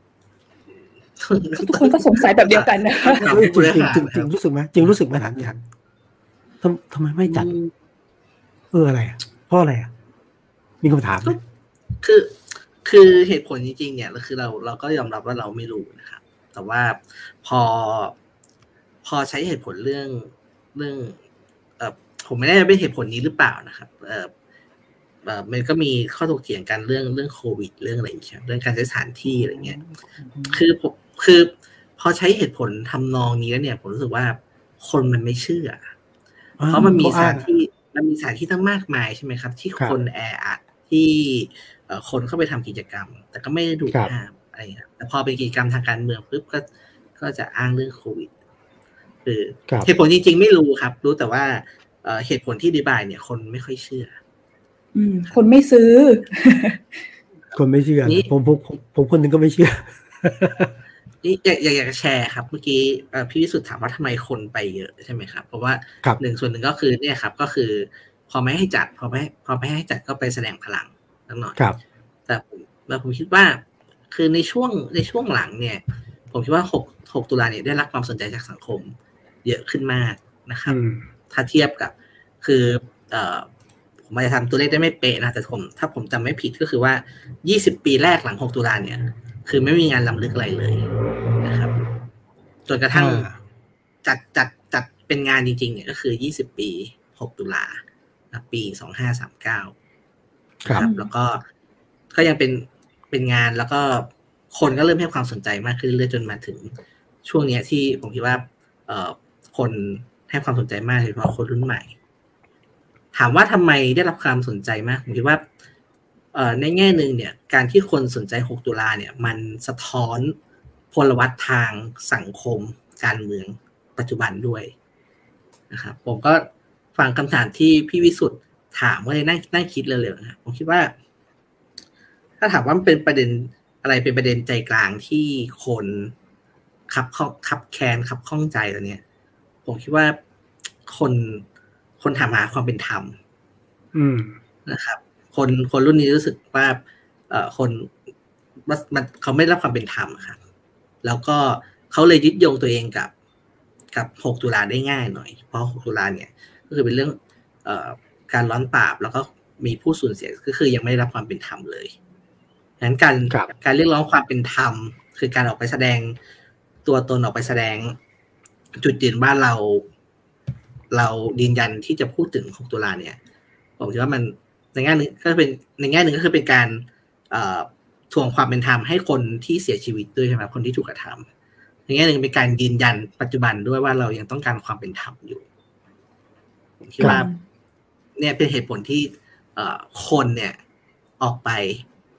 ทุกคนก็สงสัยแบบเดียวกันนะจริงจริงจริงรู้สึกไหมจริงรู้สึกไหมถามอย่างทำทำไมไม่จัดเอออะไรอ่ะเพราะอะไรอ่ะมีคำถามไหมคือคือเหตุผลจริงๆเนี่ยคือเราเราก็ยอมรับว่าเราไม่รู้นะครับแต่ว่าพอพอใช้เหตุผลเรื่องเรื่องเอ่อผมไม่แน่ใจเป็นเหตุผลนี้หรือเปล่านะครับเอ่อเอ่อมันก็มีข้อถกเถียงกันเรื่องเรื่องโควิดเรื่องอะไรอย่างเงี้ยเรื่องการใช้สถานที่อะไรเงี้ยคือผมคือพอใช้เหตุผลทำนองนี้แล้วเนี่ยผมรู้สึกว่าคนมันไม่เชื่อเพราะมันมีสถานที่มันมีสถานที่ตั้งมากมายใช่ไหมครับที่คนแออัดที่คนเข้าไปทำกิจกรรมแต่ก็ไม่ได้ดูห้ามอะไรเงี้ยแต่พอเป็นกิจกรรมทางการเมืองปุ๊บก็ก็จะอ้างเรื่องโควิดคือเหตุผลจริงๆไม่รู้ครับรู้แต่ว่าเหตุผลที่อธิบายเนี่ยคนไม่ค่อยเชื่ออืมคนไม่ซื้อคนไม่เชื่อผมผมผมคนนึงก็ไม่เชื่อนี่อยากอยากจะแชร์ครับเมื่อกี้พี่วิสุทธิ์ถามว่าทำไมคนไปเยอะใช่ไหมครับเพราะว่าหนึ่งส่วนหนึ่งก็คือเนี่ยครับก็คือพอไม่ให้จัดพอไม่พอไม่ให้จัดก็ไปแสดงพลังนิดหน่อยแต่ผมแต่ผมคิดว่าคือในช่วงในช่วงหลังเนี่ยผมคิดว่าหก หกตุลาเนี่ยได้รับความสนใจจากสังคมเยอะขึ้นมากนะครับถ้าเทียบกับคือเอ่อผมอาจจะทำตัวเลขได้ไม่เป๊ะนะแต่ผมถ้าผมจำไม่ผิดก็คือว่ายี่สิบปีแรกหลังหกตุลาเนี่ยคือไม่มีงานรำลึกอะไรเลยนะครับจนกระทั่งจัดจัดจัดเป็นงานจริงๆเนี่ยก็คือยี่สิบปีหกตุลาปีสองพันห้าร้อยสามสิบเก้าครับแล้วก็ก็ยังเป็นเป็นงานแล้วก็คนก็เริ่มให้ความสนใจมากขึ้นเรื่อยๆจนมาถึงช่วงนี้ที่ผมคิดว่าเอ่อคนให้ความสนใจมากโดยเฉพาะคนรุ่นใหม่ถามว่าทำไมได้รับความสนใจมากผมคิดว่าเอ่อในแง่นึงเนี่ยการที่คนสนใจหกตุลาเนี่ยมันสะท้อนพลวัตทางสังคมการเมืองปัจจุบันด้วยนะครับผมก็ฟังคำถามที่พี่วิสุทธิ์ถามว่านั่งนั่งคิดเร็วๆนะผมคิดว่าถ้าถามว่ามันเป็นประเด็นอะไรเป็นประเด็นใจกลางที่คนขับข้องขับแค้นขับข้องใจตอนนี้ผมคิดว่าคนคนถามหาความเป็นธรรมนะครับคนคนรุ่นนี้รู้สึกว่าเอ่อคนมันเขาไม่ได้รับความเป็นธรรมครับแล้วก็เขาเลยยึดโยงตัวเองกับกับหกตุลาได้ง่ายหน่อยเพราะหกตุลาเนี่ยก็คือเป็นเรื่องเอ่อการร้อนปราบแล้วก็มีผู้สูญเสียก็คือยังไม่ได้รับความเป็นธรรมเลยงั้นการการเรียกร้องความเป็นธรรมคือการออกไปแสดงตัวตนออกไปแสดงจุดยืนว่าเราเรายืนยันที่จะพูดถึงหกตุลาเนี่ยผมคิดว่ามันในแง่นึงก็เป็นในแง่นึงก็คือเป็นการเอ่อทวงความเป็นธรรมให้คนที่เสียชีวิตด้วยใช่ไหมคนที่ถูกกระทำในแง่นึงเป็นการยืนยันปัจจุบันด้วยว่าเรายังต้องการความเป็นธรรมอยู่ผมคิดว่าเนี่ยเป็นเหตุผลที่เอ่อคนเนี่ยออกไป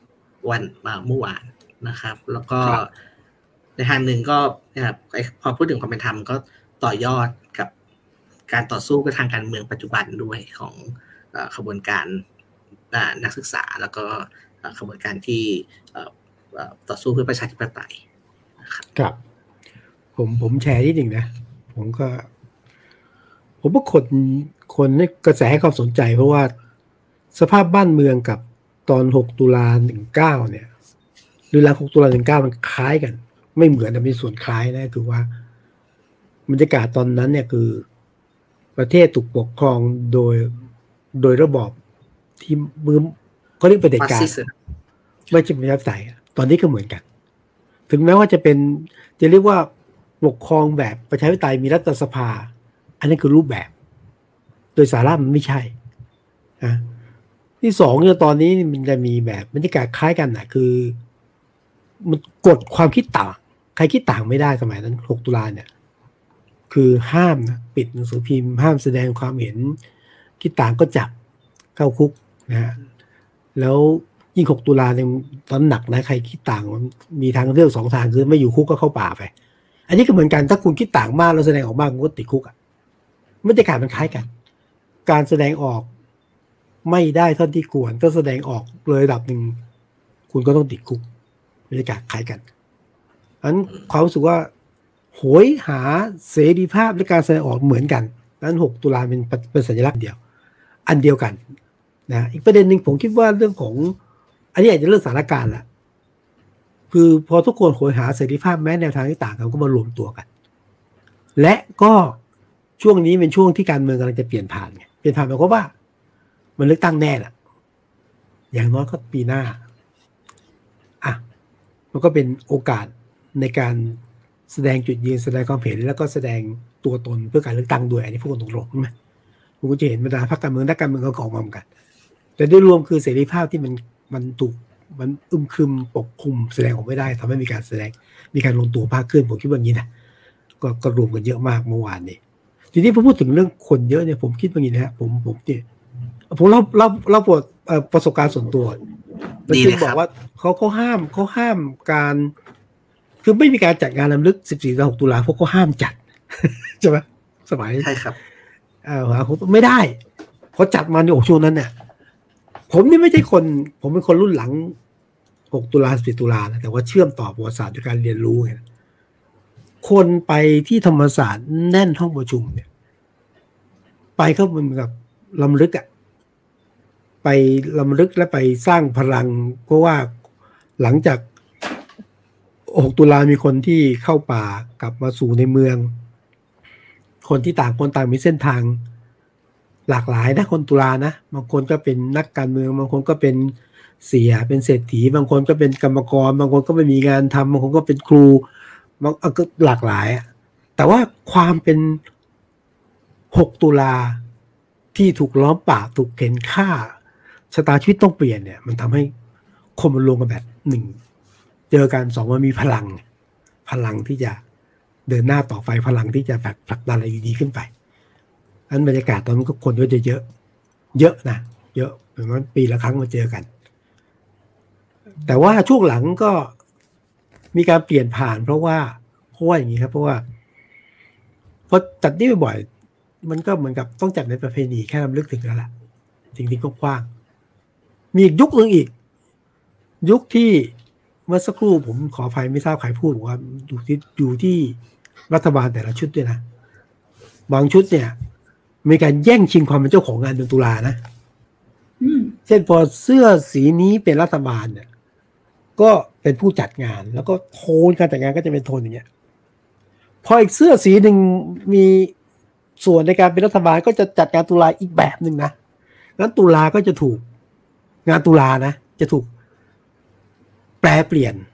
วันเมื่อวานนะครับแล้วก็ในทางหนึ่งก็นะครับพอพูดถึงความเป็นธรรมก็ต่อยอดกับการต่อสู้กับทางการเมืองปัจจุบันด้วยของขบวนการนักศึกษาแล้วก็ขบวนการที่ต่อสู้เพื่อประชาธิปไตยครับผมผมแชร์นิดหนึ่งนะผมก็ผมว่าคนคนนี่กระแสให้ความสนใจเพราะว่าสภาพบ้านเมืองกับตอนหกตุลาหนึ่งเก้าเนี่ยหรือหลังหกตุลาหนึ่งเก้ามันคล้ายกันไม่เหมือนแต่มีส่วนคล้ายนะคือว่าบรรยากาศตอนนั้นเนี่ยคือประเทศถูกปกครองโดยโดยระบอบที่มือเขาเรียกเผด็จการไม่ใช่ประชาธิปไตยตอนนี้ก็เหมือนกันถึงแม้ว่าจะเป็นจะเรียกว่าปกครองแบบประชาธิปไตยมีรัฐสภาอันนี้คือรูปแบบโดยสาระมันไม่ใช่นะที่สองเนี่ยตอนนี้มันจะมีแบบบรรยากาศคล้ายกันนะคือมันกดความคิดต่างใครคิดต่างไม่ได้สมัยนั้นหกตุลาเนี่ยคือห้ามนะปิดหนังสือพิมพ์ห้ามแสดงความเห็นคิดต่างก็จับเข้าคุกนะฮะแล้วยิ่งหกตุลาเนี่ยตอนหนักนะใครคิดต่างมีทางเลือกสองทางคือไม่อยู่คุกก็เข้าป่าไปอันนี้ก็เหมือนกันถ้าคุณคิดต่างมากแล้วแสดงออกมากคุณก็ติดคุกอ่ะบรรยากาศมันคล้ายกันการแสดงออกไม่ได้เท่าที่ควรถ้าแสดงออกเลยระดับหนึ่งคุณก็ต้องติดคุกบรรยากาศคล้ายกันอันความรู้สึกว่าโหยหาเสรีภาพในการแสดงออกเหมือนกันนั้นหกตุลาเป็นเป็นสัญลักษณ์เดียวอันเดียวกันนะอีกประเด็นหนึ่งผมคิดว่าเรื่องของอันนี้อาจจะเรื่องสถานการณ์แหละคือพอทุกคนโหยหาเสรีภาพแม้แนวทางที่ต่างกันก็มารวมตัวกันและก็ช่วงนี้เป็นช่วงที่การเมืองกำลังจะเปลี่ยนผ่านไงเปลี่ยนผ่านหมายความว่ามันเลือกตั้งแน่แหละอย่างน้อยก็ปีหน้าอ่ะมันก็เป็นโอกาสในการแสดงจุดยืนแสดงความเห็นแล้วก็แสดงตัวตนเพื่อการเลือกตั้งด้วยอันนี้พูดตรงๆใช่ไหมคุณก็จะเห็นบรรดาพรรคการเมืองนักการเมืองก็ออกมาเหมือนกันแต่โดยรวมคือเสรีภาพที่มันมันถูกมันอึมครึมปกคลุมแสดงออกไม่ได้ทำให้มีการแสดงมีการลงตัวมากขึ้นผมคิดว่าอย่างนี้นะก็ก็รวมกันเยอะมากเมื่อวานนี้ทีนี้พอพูดถึงเรื่องคนเยอะเนี่ยผมคิดว่าอย่างนี้นะฮะผมผมเนี่ยผมเล่าเล่าเล่าประสบการณ์ส่วนตัวดีเลยครับบอกว่าเขาเขาห้ามเขาห้ามการคือไม่มีการจัดงานรำลึกสิบสี่ถึงหกตุลาเพราะเขาห้ามจัดใช่ไหมสมัยใช่ครับเออไม่ได้เขาจัดมาในโอ้ช่วงนั้นเนี่ยผมนี่ไม่ใช่คนผมเป็นคนรุ่นหลังหกตุลาสิบสี่ตุลานะแต่ว่าเชื่อมต่อประวัติศาสตร์ด้วยการเรียนรู้ไงคนไปที่ธรรมศาสตร์แน่นห้องประชุมเนี่ยไปเขาเหมือนกับรำลึกอ่ะไปรำลึกและไปสร้างพลังเพราะว่าหลังจากหกตุลามีคนที่เข้าป่ากลับมาสู่ในเมืองคนที่ต่างคนต่างมีเส้นทางหลากหลายนะคนตุลานะบางคนก็เป็นนักการเมืองบางคนก็เป็นเสียเป็นเศรษฐีบางคนก็เป็นกรรมกรบางคนก็ไม่มีงานทำบางคนก็เป็นครูบางก็หลากหลายแต่ว่าความเป็นหกตุลาที่ถูกล้อมปราบถูกเข็นฆ่าชะตาชีวิตต้องเปลี่ยนเนี่ยมันทำให้คนมันลงกันแบบหนึ่งเจอกันสองมันมีพลังพลังที่จะเดินหน้าต่อไปพลังที่จะผลักดันอะไรดีขึ้นไปอันบรรยากาศตอนนั้นก็คนก็จะเยอะเยอะนะเยอะเหมือนว่าปีละครั้งมาเจอกันแต่ว่าช่วงหลังก็มีการเปลี่ยนผ่านเพราะว่าเพราะว่าอย่างนี้ครับเพราะว่าพอจัดนี่บ่อยมันก็เหมือนกับต้องจัดในประเพณีแค่รำลึกถึงแล้วล่ะจริงๆก็กว้างมีอีกยุคนึงอีกยุคที่เมื่อสักครู่ผมขออภัยไม่ทราบใครพูดว่าอยู่ที่อยู่ที่รัฐบาลแต่ละชุดด้วยนะบางชุดเนี่ยมีการแย่งชิงความเป็นเจ้าของงานเดือนตุลานะเช่นพอเสื้อสีนี้เป็นรัฐบาลเนี่ยก็เป็นผู้จัดงานแล้วก็โทนการจัดงานก็จะเป็นโทนอย่างเงี้ยพออีกเสื้อสีหนึ่งมีส่วนในการเป็นรัฐบาลก็จะจัดงานตุลาอีกแบบหนึ่งนะงั้นตุลาก็จะถูกงานตุลานะจะถูกแปลเปลี่ยน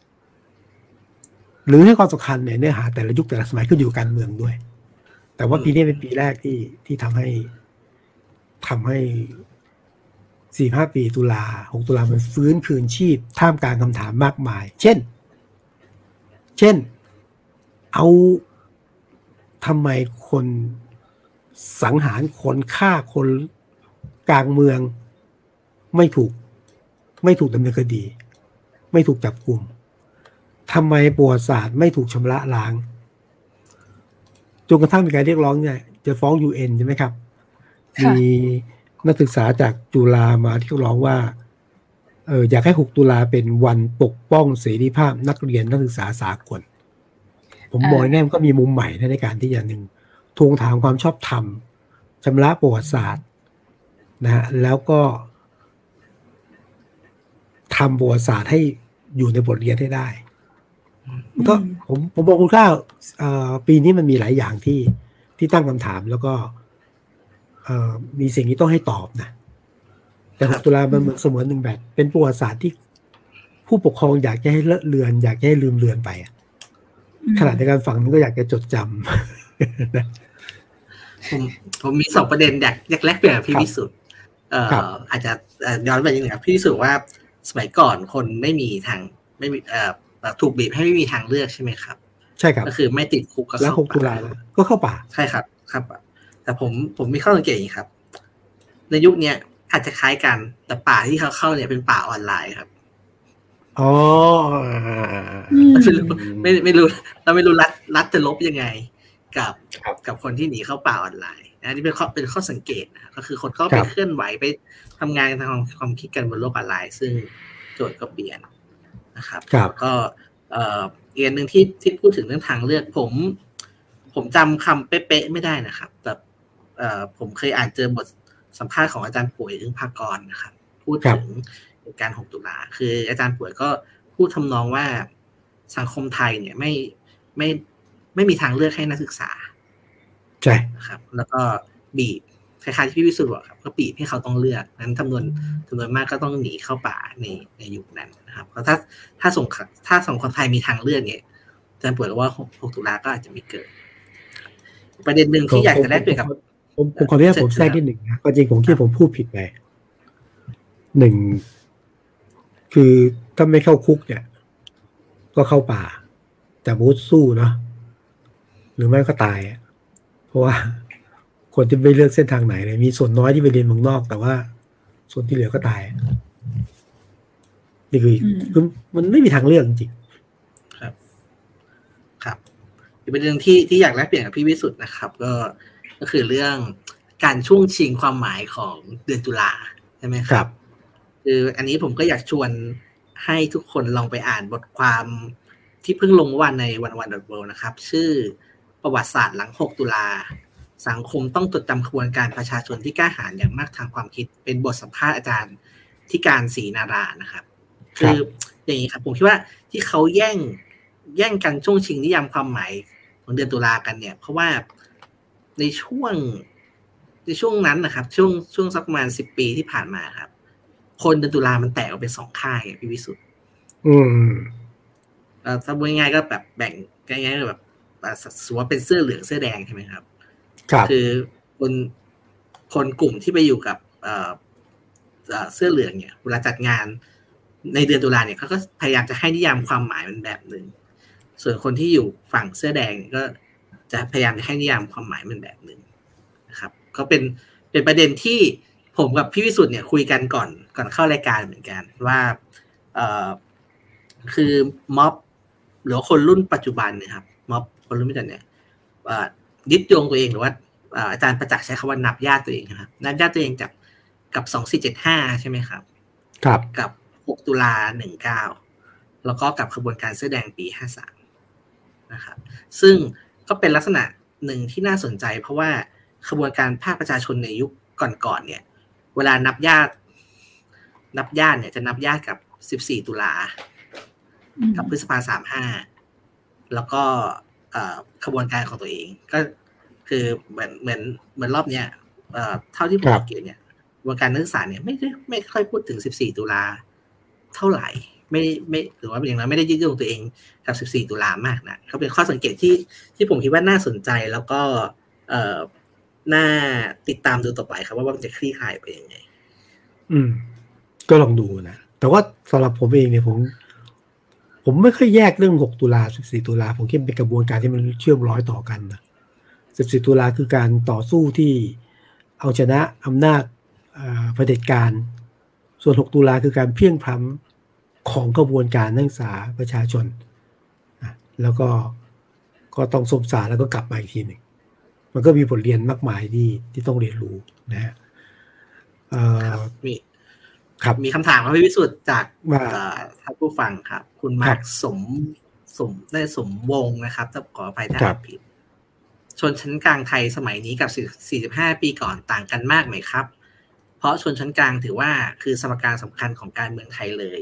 หรือให้ความสำคัญในเนื้อหาแต่ละยุคแต่ละสมัยขึ้นอยู่กับการเมืองด้วยแต่ว่าปีนี้เป็นปีแรกที่ที่ทำให้ทำให้สี่ห้าปีตุลาหกตุลามันฟื้นคืนชีพท่ามกลางคำถามมากมายเช่นเช่นเอาทำไมคนสังหารคนฆ่าคนกลางเมืองไม่ถูกไม่ถูกดำเนินคดีไม่ถูกจับกุมทำไมประวัติศาสตร์ไม่ถูกชำระล้างจนกระทั่งมีการเรียกร้องเนี่ยจะฟ้อง ยู เอ็น ใช่ไหมครับมีนักศึกษาจากจุฬามาที่เรียกร้องว่าเอออยากให้หกตุลาเป็นวันปกป้องเสรีภาพนักเรียนนักศึกษาสากลผมมองแน่มันก็มีมุมใหม่ในการที่อย่างหนึ่งทวงถามความชอบธรรมชำระประวัติศาสตร์นะฮะแล้วก็ทำประวัติศาสตร์ให้อยู่ในบทเรียนให้ได้ก็ผมผมบอกคุณข้าวปีนี้มันมีหลายอย่างที่ที่ตั้งคำถามแล้วก็มีสิ่งที่ต้องให้ตอบนะแต่หกตุลามันเหมือนเสมือนหนึ่งแบบเป็นประวัติศาสตร์ที่ผู้ปกครองอยากจะให้เลอะเลือนอยากจะให้ลืมเลือนไปขณะในการฟังมันก็อยากจะจดจำนะผมผมมีสองประเด็นอยากอยากแลกเปลี่ยนกับพี่วิสุทธิ์เอ่ออาจจะย้อนไปนิดนึงครับพี่วิสุทธิ์ว่าสมัยก่อนคนไม่มีทางไม่มีเอ่อถูกบีบให้ไม่มีทางเลือกใช่ไหมครับใช่ครับก็คือไม่ติดคุกก็เข้าป่าก็เข้าป่าใช่ครับครับแต่ผมผมมีข้อสังเกตอย่างนี้ครับในยุคนี้อาจจะคล้ายกันแต่ป่าที่เขาเข้าเนี่ยเป็นป่าออนไลน์ครับอ๋อไม่ไม่รู้เราไม่รู้รัฐรัฐจะลบยังไงกับกับคนที่หนีเข้าป่าออนไลน์นะนี่เป็นข้อเป็นข้อสังเกตนะก็คือคนก็ไปเคลื่อนไหวไปทำงานทางความคิดกันบนโลกออนไลน์ซึ่งโจทย์ก็เปลี่ยนนะครับก็เอ่ออีกอันนึงที่ที่พูดถึงเรื่องทางเลือกผมผมจำคำเป๊ะๆไม่ได้นะครับแต่เอ่อผมเคยอ่านเจอบทสัมภาษณ์ของอาจารย์ป่วยอึ้งภากรนะครับพูดถึงเหตุการณ์หกตุลาคืออาจารย์ป่วยก็พูดทำนองว่าสังคมไทยเนี่ยไม่ไม่ไม่มีทางเลือกให้นักศึกษาใช่ครับแล้วก็บีบคล้ายๆที่พี่วิสุทธิ์บอกครับก็บีบให้เขาต้องเลือกนั้นจำนวนจำนวนมากก็ต้องหนีเข้าป่าในในยุคนั้นนะครับเพราะถ้าถ้าสงถ้าสังคมไทยมีทางเลือกเนี่ยอาจารย์ป่วยว่าหกตุลาก็อาจจะไม่เกิดประเด็นหนึ่งที่อยากจะแลกเปลี่ยนกับผมผมขออนุญาตผมแทรกนิดหนึ่งนะก็จริงผมคิดผมพูดผิดไปหนึ่งคือถ้าไม่เข้าคุกเนี่ยก็เข้าป่าแต่มุดสู้เนาะหรือไม่ก็ตายเพราะว่าคนที่ไม่เลือกเส้นทางไหนเลยมีส่วนน้อยที่ไปเรียนเมืองนอกแต่ว่าส่วนที่เหลือก็ตายนี่คือคือมันไม่มีทางเลือกจริงครับครับอีกประเด็นที่ที่อยากแลกเปลี่ยนกับพี่วิสุทธ์นะครับก็ก็คือเรื่องการช่วงชิงความหมายของเดือนตุลาใช่ไหมครับคืออันนี้ผมก็อยากชวนให้ทุกคนลองไปอ่านบทความที่เพิ่งลงวันในวันวัน .world นะครับชื่อประวัติศาสตร์หลังหกตุลาสังคมต้องจดจำขบวนการประชาชนที่กล้าหาญอย่างมากทางความคิดเป็นบทสัมภาษณ์อาจารย์ที่การศรีนารานะครับคืออย่างนี้ครับผมคิดว่าที่เขาแย่งแย่งกันช่วงชิงนิยามความหมายของเดือนตุลากันเนี่ยเพราะว่าในช่วงในช่วงนั้นนะครับช่วงช่วงสักประมาณสิบปีที่ผ่านมาครับคนเดือนตุลามันแตกออกเป็นสองค่ายพี่วิสุทธิ์อืมเอ่อถ้าพูดง่ายๆก็แบบแบ่งง่ายๆแบบสมมติว่าเป็นเสื้อเหลืองเสื้อแดงใช่ไหมครับคือคนคนกลุ่มที่ไปอยู่กับเอ่อเสื้อเหลืองเนี่ยเวลาจัดงานในเดือนตุลาเนี่ยเขาก็พยายามจะให้นิยามความหมายมันแบบนึงส่วนคนที่อยู่ฝั่งเสื้อแดงเนี่ยก็จะพยายามจะให้นิยามความหมายมันแบบนึงนะครับก็เป็นเป็นประเด็นที่ผมกับพี่วิสุทธิ์เนี่ยคุยกันก่อนก่อนเข้ารายการเหมือนกันว่าเอ่อคือม็อบหรือคนรุ่นปัจจุบันเนี่ยครับม็อบคนรุ่นปัจจุบันเนี่ยยึดโยงตัวเองหรือว่าอาจารย์ประจักษ์ใช้คำว่านับญาติตัวเองนะครับนับญาติตัวเองจากกับสองสี่เจ็ดห้าใช่ไหมครับครับกับหกตุลาหนึ่งเก้าแล้วก็กับขบวนการเสื้อแดงปีห้าสามนะครับซึ่งก็เป็นลักษณะหนึ่งที่น่าสนใจเพราะว่าขบวนการภาคประชาชนในยุคก่อนๆเนี่ยเวลานับญาตินับญาติเนี่ยจะนับญาติกับสิบสี่ตุลากับพฤษภาสามห้าแล้วก็ขบวนการของตัวเองก็คือเหมือนเหมือนเหมือนรอบเนี้ยเท่าที่ผมสังเกตเนี่ยกระบวนการนักศึกษาเนี่ยไม่ได้ไม่ค่อยพูดถึงสิบสี่ตุลาเท่าไหร่ไม่ไม่หรือว่าอย่างนั้นไม่ได้ยึดโยงตัวเองกับสิบสี่ตุลามากนะเขาเป็นข้อสังเกตที่ที่ผมคิดว่าน่าสนใจแล้วก็เอ่อน่าติดตามดูต่อไปครับว่ามันจะคลี่คลายไปยังไงอืมก็ลองดูนะแต่ว่าสำหรับผมเองเนี่ยผมผมไม่ค่อยแยกเรื่องหกตุลาสิบสี่ตุลาผมคิดเป็นกระบวนการที่มันเชื่อมร้อยต่อกันนะสิบสี่ตุลาคือการต่อสู้ที่เอาชนะอำนาจเผด็จการส่วนหกตุลาคือการเพี้ยงพล้ำของกระบวนการนักศึกษาประชาชนแล้วก็ก็ต้องสมสารแล้วก็กลับมาอีกทีหนึ่งมันก็มีบทเรียนมากมายที่ที่ต้องเรียนรู้นะฮะมีครับมีคำถามมาพี่วิสุทธิ์จากท่านผู้ฟังครับคุณมาร์คสมสมได้สมวงนะครับถ้าขออภัยถ้าผิดชนชั้นกลางไทยสมัยนี้กับสี่สิบห้าปีก่อนต่างกันมากไหมครับเพราะชนชั้นกลางถือว่าคือสมการสำคัญของการเมืองไทยเลย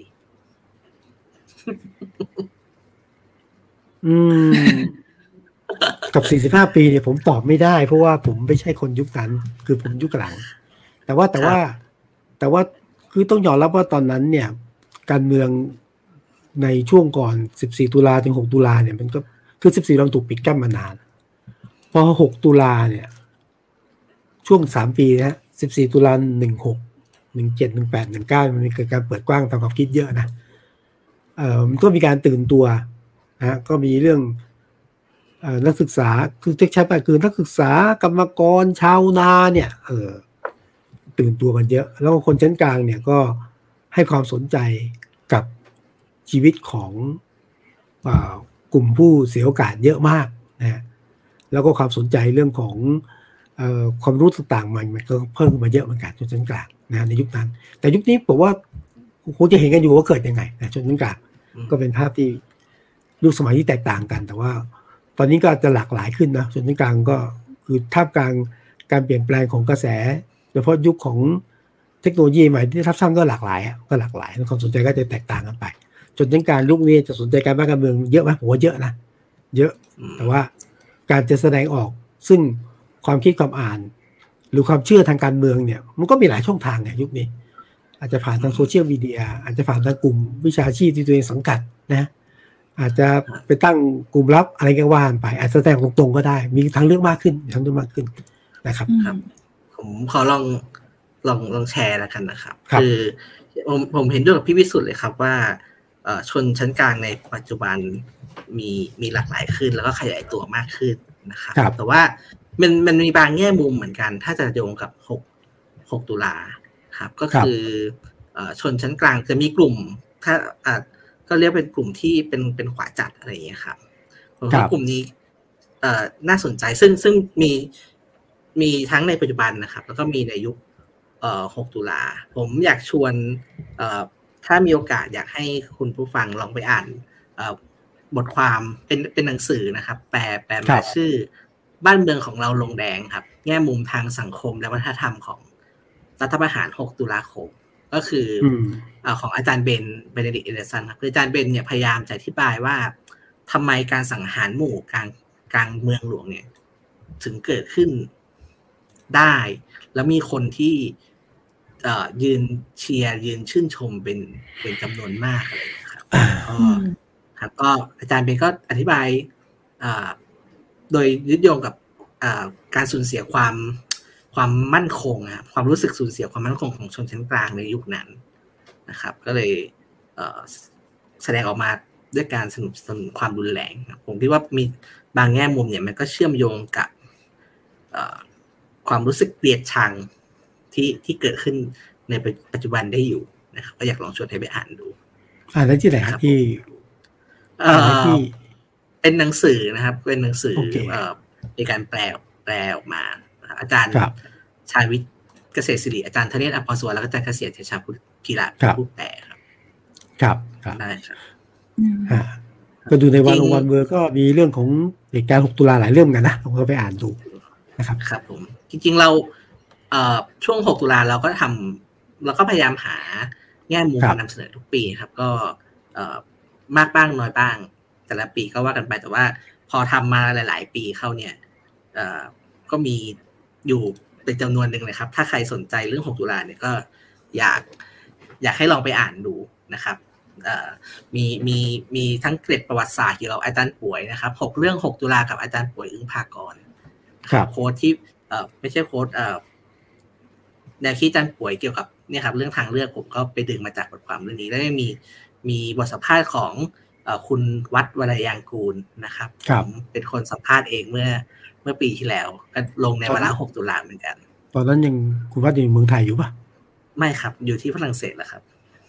อืมกับสี่สิบห้าปีเนี่ยผมตอบไม่ได้เพราะว่าผมไม่ใช่คนยุคนั้นคือผมยุคหลังแต่ว่าแต่ว่าแต่ว่าคือต้องยอมรับว่าตอนนั้นเนี่ยการเมืองในช่วงก่อนสิบสี่ตุลาถึงหกตุลาเนี่ยมันก็คือสิบสี่เราถูกปิดกั้นมานานพอหกตุลาเนี่ยช่วงสามปีนะสิบสี่ตุลาหนึ่งหก หนึ่งเจ็ด หนึ่งแปด หนึ่งเก้ามันมีเกิดการเปิดกว้างตามความคิดเยอะนะเอ่อมันก็มีการตื่นตัวนะก็มีเรื่องเอ่อนักศึกษาคือที่ใช้ไปคือนักศึกษากรรมกรชาวนาเนี่ยเออตื่นตัวกันเยอะแล้วคนชั้นกลางเนี่ยก็ให้ความสนใจกับชีวิตของอ่ากลุ่มผู้เสียโอกาสเยอะมากนะแล้วก็ความสนใจเรื่องของเอ่อความรู้ต่างๆมันมันก็เพิ่มมาเยอะเหมือนกันชนชั้นกลางนะในยุคนั้นแต่ยุคนี้ผมว่าคงจะเห็นกันอยู่ว่าเกิดยังไงนะชนชั้นกลางก็เป็นภาพที่ยุคสมัยที่แตกต่างกันแต่ว่าตอนนี้ก็จะหลากหลายขึ้นนะชนชั้นกลางก็คือท่ามกลางการเปลี่ยนแปลงของกระแสโดยเฉพาะยุคของเทคโนโลยีใหม่ที่ทับซ้ำก็หลากหลายก็หลากหลายความสนใจก็จะแตกต่างกันไปชนชั้นกลางยุคนี้จะสนใจการบ้านการเมืองเยอะไหมผมว่าเยอะนะเยอะแต่ว่าการจะแสดงออกซึ่งความคิดความอ่านหรือความเชื่อทางการเมืองเนี่ยมันก็มีหลายช่องทางไงยุคนี้อาจจะผ่านทางโซเชียลมีเดียอาจจะผ่านทางกลุ่มวิชาชีพที่ตัวเองสังกัดนะอาจจะไปตั้งกลุ่มลับอะไรก็ว่าไปอาจจะแสดงตรงๆก็ได้มีทางเลือกมากขึ้นทางเลือกมากขึ้นนะครับครับผมขอลองลองลองแชร์แล้วกันนะครับคือผมผมเห็นด้วยกับพี่วิสุทธิ์เลยครับว่าชนชั้นกลางในปัจจุบันมีมีหลากหลายขึ้นแล้วก็ขยายตัวมากขึ้นนะครับแต่ว่ามันมันมีบางแง่มุมเหมือนกันถ้าจะโยงกับหก หกตุลาครับก็คือชนชั้นกลางจะมีกลุ่มถ้าอ่าก็เรียกเป็นกลุ่มที่เป็นเป็นขวาจัดอะไรอย่างเงี้ยครับผมว่ากลุ่มนี้เอ่อน่าสนใจซึ่งซึ่งมีมีทั้งในปัจจุบันนะครับแล้วก็มีในยุคเอ่อหกตุลาผมอยากชวนเอ่อถ้ามีโอกาสอยากให้คุณผู้ฟังลองไปอ่านเอ่อบทความเป็นเป็นหนังสือนะครับแปลแปลมาชื่อบ้านเมืองของเราลงแดงครับแง่มุมทางสังคมและวัฒนธรรมของรัฐประหารหกตุลาคมก็คืออ่าของอาจารย์เบนเบเนดิกต์ เอเดอร์สันครับคืออาจารย์เบนเนี่ยพยายามจะอธิบายว่าทำไมการสังหารหมู่กลางกลางเมืองหลวงเนี่ยถึงเกิดขึ้นได้แล้วมีคนที่เอ่อยืนเชียร์ยืนชื่นชมเป็นเป็นจำนวนมากเลยครับก็ครับก็อาจารย์เบนก็อธิบายอ่าโดยยึดโยงกับอ่าการสูญเสียความความมั่นคงครับความรู้สึกสูญเสียความมั่นคงของชนชั้นกลางในยุคนั้นนะครับก็เลยเอ่อแสดงออกมาด้วยการสนับสนุนความรุนแรงผมคิดว่ามีบางแง่มุมเนี่ยมันก็เชื่อมโยงกับเอ่อความรู้สึกเกลียดชังที่ที่เกิดขึ้นในปัจจุบันได้อยู่นะครับก็อยากลองชวนให้ไปอ่านดูอ่านได้ที่ไหนครับที่เอ่อเป็นหนังสือนะครับเป็นหนังสือเอ่อในการแปลแปลออกมาอาจารย์ชาญวิทย์เกษตรศิริอาจารย์ธเนศ อภรสวรรค์แล้วก็อาจารย์เกษตรเทชาพุทธพีระผู้แปลครับครับครับได้ครับก็ดูในวันลงวันเวอร์ก็มีเรื่องของเหตุการณ์หกตุลาหลายเรื่องกันนะผมก็ไปอ่านดูนะครับครับผมจริงๆเราเอ่อช่วงหกตุลาเราก็ทำเราก็พยายามหาแง่มุมมานำเสนอทุกปีครับก็เอ่อมากบ้างน้อยบ้างแต่ละปีก็ว่ากันไปแต่ว่าพอทำมาหลายๆปีเข้าเนี่ยเอ่อก็มีอยู่เป็นจำนวนหนึ่งเลยครับถ้าใครสนใจเรื่องหกตุลาเนี่ยก็อยากอยากให้ลองไปอ่านดูนะครับมีมีมีทั้งเกร็ดประวัติศาสตร์เกี่ยวกับอาจารย์ป่วยนะครับหกเรื่องหกตุลากับอาจารย์ป่วยอึ้งภากรโค้ดที่เอ่อไม่ใช่โค้ดเอ่อแนวคิดอาจารย์ป่วยเกี่ยวกับเนี่ยครับเรื่องทางเลือกผมก็ไปดึงมาจากบทความเรื่องนี้แล้วมีมีบทสัมภาษณ์ของเอ่อคุณวัดวรยางกูลนะครับผมเป็นคนสัมภาษณ์เองเมื่อเมื่อปีที่แล้วก็ลงในวาระหกตุลาเหมือนกันตอนนั้นยังคุณวัดอยู่เมืองไทยอยู่ป่ะไม่ครับอยู่ที่ฝรั่งเศสแหละครับ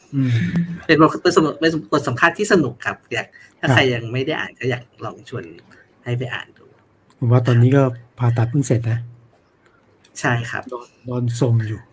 เป็นบทเป็นสนุกเป็นบทสัมภาษณ์ที่สนุกครับอยากถ้าใครยังไม่ได้อ่านก็อยากลองชวนให้ไปอ่านดูผมว่าตอนนี้ก็ผ่าตัดเพิ่งเสร็จนะใช่ครับนอนสมอยู่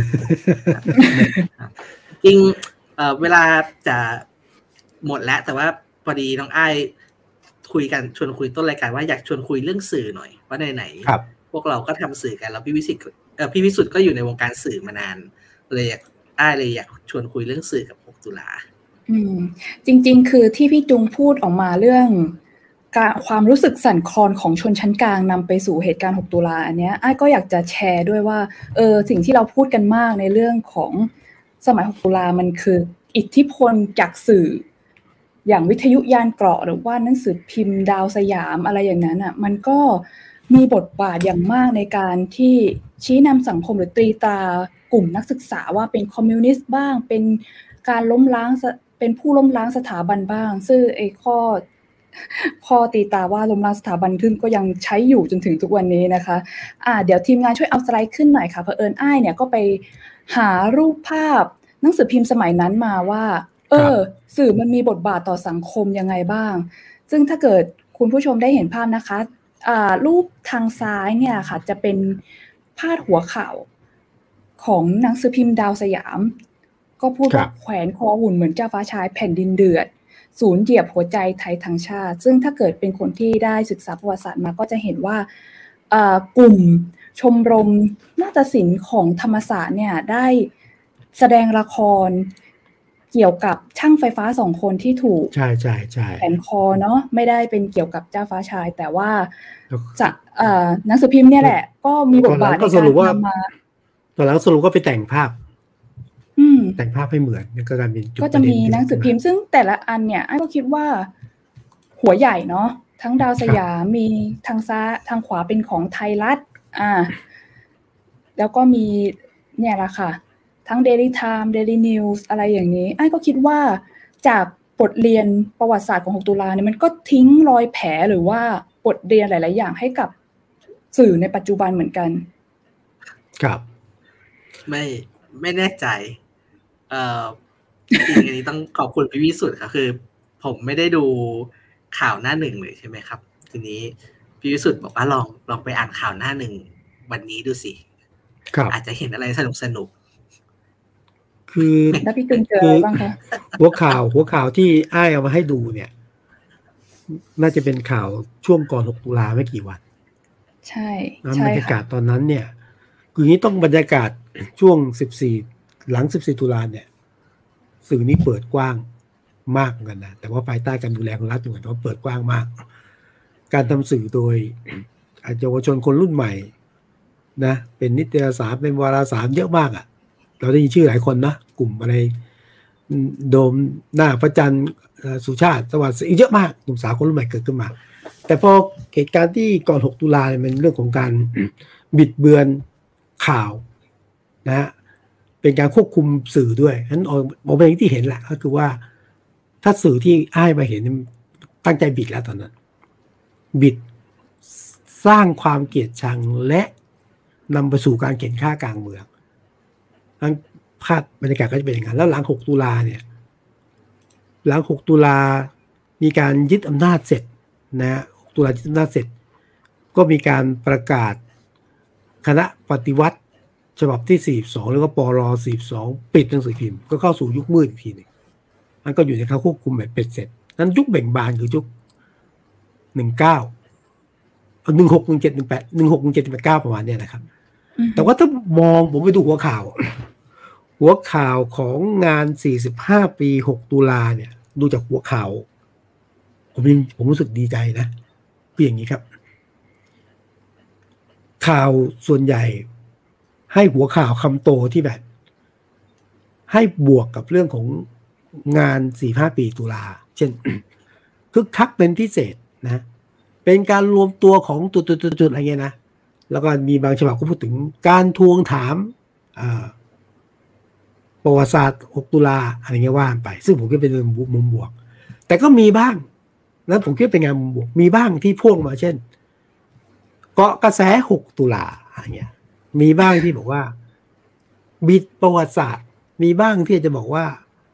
จริงเอ่อเวลาจะหมดแล้วแต่ว่าพอดีน้องอ้ายคุยกันชวนคุยต้นรายการว่าอยากชวนคุยเรื่องสื่อหน่อยว่าไหนๆพวกเราก็ทำสื่อกันแล้วพี่วิสิทธิ์เอ่อพี่วิสุทธิ์ก็อยู่ในวงการสื่อมานานเลยอยากอ้ายเลยอยากชวนคุยเรื่องสื่อกับหกตุลาอืมจริงๆคือที่พี่จุงพูดออกมาเรื่องการความรู้สึกสั่นคลอนของชนชั้นกลางนำไปสู่เหตุการณ์หกตุลาอันเนี้ยอ้ายก็อยากจะแชร์ด้วยว่าเออสิ่งที่เราพูดกันมากในเรื่องของสมัยหกตุลามันคืออิทธิพลจากสื่ออย่างวิทยุยานเกราะหรือว่าหนังสือพิมพ์ดาวสยามอะไรอย่างนั้นอ่ะมันก็มีบทบาทอย่างมากในการที่ชี้นำสังคมหรือตรีตรากลุ่มนักศึกษาว่าเป็นคอมมิวนิสต์บ้างเป็นการล้มล้างเป็นผู้ล้มล้างสถาบันบ้างซึ่งไอ้ข้อข้อตีตาว่าล้มล้างสถาบันขึ้นก็ยังใช้อยู่จนถึงทุกวันนี้นะคะอ่าเดี๋ยวทีมงานช่วยเอาสไลด์ขึ้นหน่อยค่ะเผอิญอ้ายเนี่ยก็ไปหารูปภาพหนังสือพิมพ์สมัยนั้นมาว่าเออสื่อมันมีบทบาทต่อสังคมยังไงบ้างซึ่งถ้าเกิดคุณผู้ชมได้เห็นภาพนะคะอ่ารูปทางซ้ายเนี่ยค่ะจะเป็นพาดหัวข่าวของหนังสือพิมพ์ดาวสยามก็พูดว่าแขวนคอหุ่นเหมือนเจ้าฟ้าชายแผ่นดินเดือดศูนย์เหยียบหัวใจไทยทั้งชาติซึ่งถ้าเกิดเป็นคนที่ได้ศึกษาประวัติศาสตร์มาก็จะเห็นว่ากลุ่มชมรมนาฏศิลป์ของธรรมศาสตร์เนี่ยได้แสดงละครเกี่ยวกับช่างไฟฟ้าสองคนที่ถูกใช่ใช่ใช่แขวนคอเนาะไม่ได้เป็นเกี่ยวกับเจ้าฟ้าชายแต่ว่าจะหนังสือพิมพ์เนี่ยแหละก็มีบทบาทในการนำมาตอนหลังสรุปก็ไปแต่งภาพแต่งภาพให้เหมือนก็การเป็นก็จะมีหนังสือพิมพ์ซึ่งแต่ละอันเนี่ยไอ้ก็คิดว่าหัวใหญ่เนาะทั้งดาวสยามมีทางซ้ายทางขวาเป็นของไทยรัฐอ่าแล้วก็มีเนี่ยแหละค่ะทั้ง Daily Time Daily News อะไรอย่างนี้ไอ้ก็คิดว่าจากบทเรียนประวัติศาสตร์ของหกตุลาเนี่ยมันก็ทิ้งรอยแผลหรือว่าบทเรียนหลายๆอย่างให้กับสื่อในปัจจุบันเหมือนกันครับไม่ไม่แน่ใจเอ่อจริงๆอันนี้ต้องขอบคุณพี่วิสุทธิ์ครับคือผมไม่ได้ดูข่าวหน้าหนึ่งเลยใช่ไหมครับทีนี้พี่วิสุทธิ์บอกว่าลองลองไปอ่านข่าวหน้าหนึ่งวันนี้ดูสิอาจจะเห็นอะไรสนุกสนุกคือแล้วพี่ตึงเจออะไรบ้างคะหัวข่าวหัวข่าวที่อ้ายเอามาให้ดูเนี่ยน่าจะเป็นข่าวช่วงก่อนหกตุลาไม่กี่วันใช่ใช่บรรยากาศตอนนั้นเนี่ยคือนี้ต้องบรรยากาศช่วงสิบสี่หลังสิบสี่ตุลาเนี่ยสื่อนี้เปิดกว้างมากเหมือนกันนะแต่ว่าภายใต้การดูแลของรัฐอยู่แต่ว่าเปิดกว้างมากการทำสื่อโดยเยาวชนคนรุ่นใหม่นะเป็นนิตยสารเป็นวารสารเยอะมากอ่ะเราได้ยินชื่อหลายคนนะกลุ่มอะไรโดมหน้าพระจันทร์สุชาติสวัสดิ์เยอะมากกลุ่มสาวคนรุ่นใหม่เกิดขึ้นมาแต่พอเหตุการณ์ที่ก่อนหกตุลาเนี่ยมันเรื่องของการบิดเบือนข่าวนะฮะเป็นการควบคุมสื่อด้วยนั้นออกมาอย่างที่เห็นแหละก็คือว่าถ้าสื่อที่อ้ายมาเห็นตั้งใจบิดแล้วตอนนั้นบิดสร้างความเกลียดชังและนำไปสู่การเข็นฆ่ากลางเมืองทั้งภาพบรรยากาศก็จะเป็นอย่างนั้นแล้วหลังหกตุลาเนี่ยหลังหกตุลามีการยึดอำนาจเสร็จนะหกตุลายึดอำนาจเสร็จก็มีการประกาศคณะปฏิวัติฉบับที่สี่สิบสองแล้วก็ปรสี่สิบสองปิดหนังสือพิมพ์ก็เข้าสู่ยุคมืดอีกทีนึงมันก็อยู่ในการควบคุมแบบเป็ดเสร็จนั้นยุคเบ่งบานคือยุคหนึ่งเก้าหนึ่งหกหนึ่งเจ็ดหนึ่งแปดหนึ่งหกหนึ่งเจ็ดหนึ่งแปดเก้าประมาณนี้นะครับแต่ว่าถ้ามองผมไปดูหัวข่าวหัวข่าวของงานสี่สิบห้าปีหกตุลาเนี่ยดูจากหัวข่าวผมผมรู้สึกดีใจนะคืออย่างนี้ครับข่าวส่วนใหญ่ให้หัวข่าวคำโตที่แบบให้บวกกับเรื่องของงานสี่สิบห้าปีตุลาเช่นคึกคักเป็นพิเศษนะเป็นการรวมตัวของจุดๆๆอะไรเงี้ยนะแล้วก็มีบางฉบับก็พูดถึงการทวงถามประวัติศาสตร์หกตุลาอะไรเงี้ยว่าไปซึ่งผมคิดเป็นมุมบวกแต่ก็มีบ้างแล้วผมคิดเป็นงานมุมบวกมีบ้างที่พ่วงมาเช่นเกาะกระแสหกตุลาอะไรเงี้ยมีบ้างที่บอกว่าบิดประวัติศาสตร์มีบ้างที่จะบอกว่า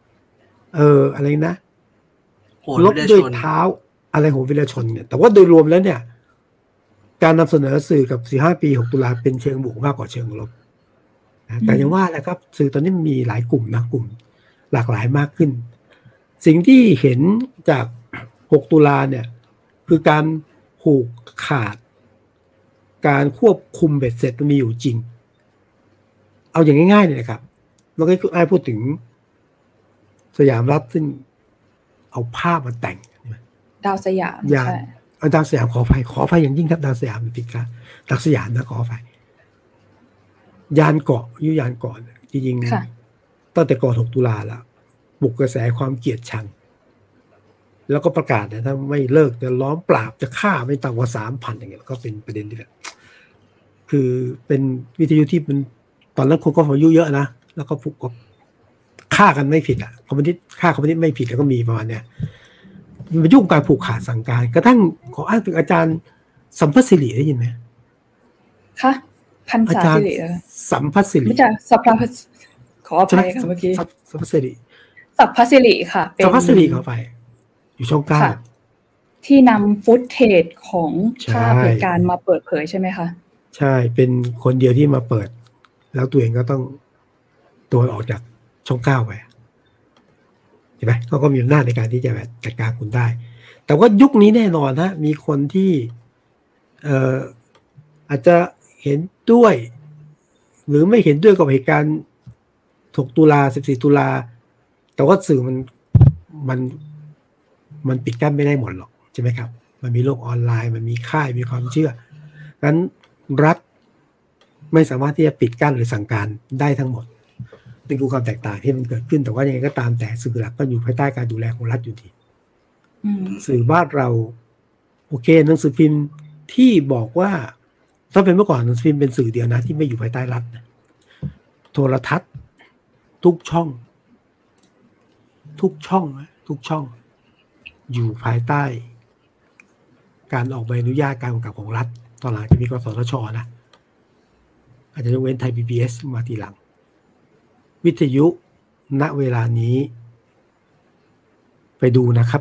เอออะไรนะลบด้วยเท้าอะไรโหนวิรชนเนี่ยแต่ว่าโดยรวมแล้วเนี่ยการนำเสนอสื่อกับสี่ห้าปีหกตุลาเป็นเชิงบวกมากกว่าเชิงลบนะแต่ยังว่าแหละครับสื่อตอนนี้มีหลายกลุ่มนะกลุ่มหลากหลายมากขึ้นสิ่งที่เห็นจากหกตุลาเนี่ยคือการผูกขาดการควบคุมเบ็ดเสร็จมันมีอยู่จริงเอาอย่างง่ายๆเลยนะครับเราก็ไอ้พูดถึงสยามรัฐซึ่งเอาภาพมาแต่งดาวสยามใช่เอาดาวสยามขออภัยขออภัยอย่างยิ่งครับดาวสยามผิดครับดาวสยามนะขออภัยยานเกาะยุยานเกาะจริงๆตั้งแต่ก่อนหกตุลาแล้วปลุกกระแสความเกลียดชังแล้วก็ประกาศนะถ้าไม่เลิกจะล้อมปราบจะฆ่าไม่ต่ำกว่าสามพันอย่างเงี้ยก็เป็นประเด็นที่แบบคือเป็นวิทยุที่มันตอนนั้นคนก็อายุเยอะนะแล้วก็ผูกฆ่ากันไม่ผิดอ่ะคอมมิวนิสต์ฆ่าคอมมิวนิสต์ไม่ผิดแล้วก็มีประมาณเนี้ยมันยุ่งการผูกขาดสั่งการกระทั่งขออ้างถึงอาจารย์สัมภัสสิริได้ยินไหมคะพันษาสิริสัมภัสสิริไม่ใช่สัพพะขออภัยค่ะเมื่อกี้สัมภัสสิริสัพพะสิริค่ะสัมภัสสิริขอไปอยู่ช่องเก้าที่นำฟุตเทจของภาพเหตุการณ์มาเปิดเผยใช่ไหมคะใช่เป็นคนเดียวที่มาเปิดแล้วตัวเองก็ต้องตัวออกจากช่องเก้าไปเห็นไหมเขาก็มีอำนาจในการที่จะแบบจัดการคุณได้แต่ว่ายุคนี้แน่นอนฮะมีคนที่เอ่ออาจจะเห็นด้วยหรือไม่เห็นด้วยกับเหตุการณ์หกตุลาสิบสี่ตุลาแต่ว่าสื่อมันมันมันปิดกั้นไม่ได้หมดหรอกใช่ไหมครับมันมีโลกออนไลน์มันมีค่ายมีความเชื่องั้นรัฐไม่สามารถที่จะปิดกั้นหรือสั่งการได้ทั้งหมดเป็นความแตกต่างที่มันเกิดขึ้นแต่ว่ายังไงก็ตามแต่สื่อหลักก็อยู่ภายใต้การดูแลของรัฐอยู่ดีสื่อบ้านเราโอเคหนังสือพิมพ์ที่บอกว่าถ้าเป็นเมื่อก่อนหนังสือพิมพ์เป็นสื่อเดียวนะที่ไม่อยู่ภายใต้รัฐนะโทรทัศน์ทุกช่องทุกช่องทุกช่องอยู่ภายใต้การออกใบอนุญาตการกำกับของรัฐตอนหลังจะมีกสทช.นะอาจจะยกเว้นไทย พี บี เอส มาทีหลังวิทยุณเวลานี้ไปดูนะครับ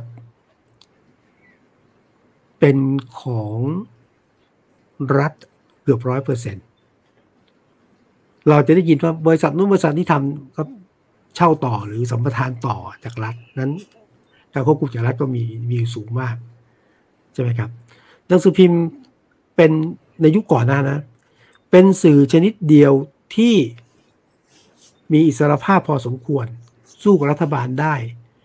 เป็นของรัฐเกือบร้อยเปอร์เซ็นต์เราจะได้ยินว่าบริษัทนู้นบริษัทที่ทำก็เช่าต่อหรือสัมปทานต่อจากรัฐนั้นการควบคุมจากรัฐก็มีมีสูงมากใช่ไหมครับหนังสือพิมพ์เป็นในยุคก่อนหน้านะเป็นสื่อชนิดเดียวที่มีอิสรภาพพอสมควรสู้กับรัฐบาลได้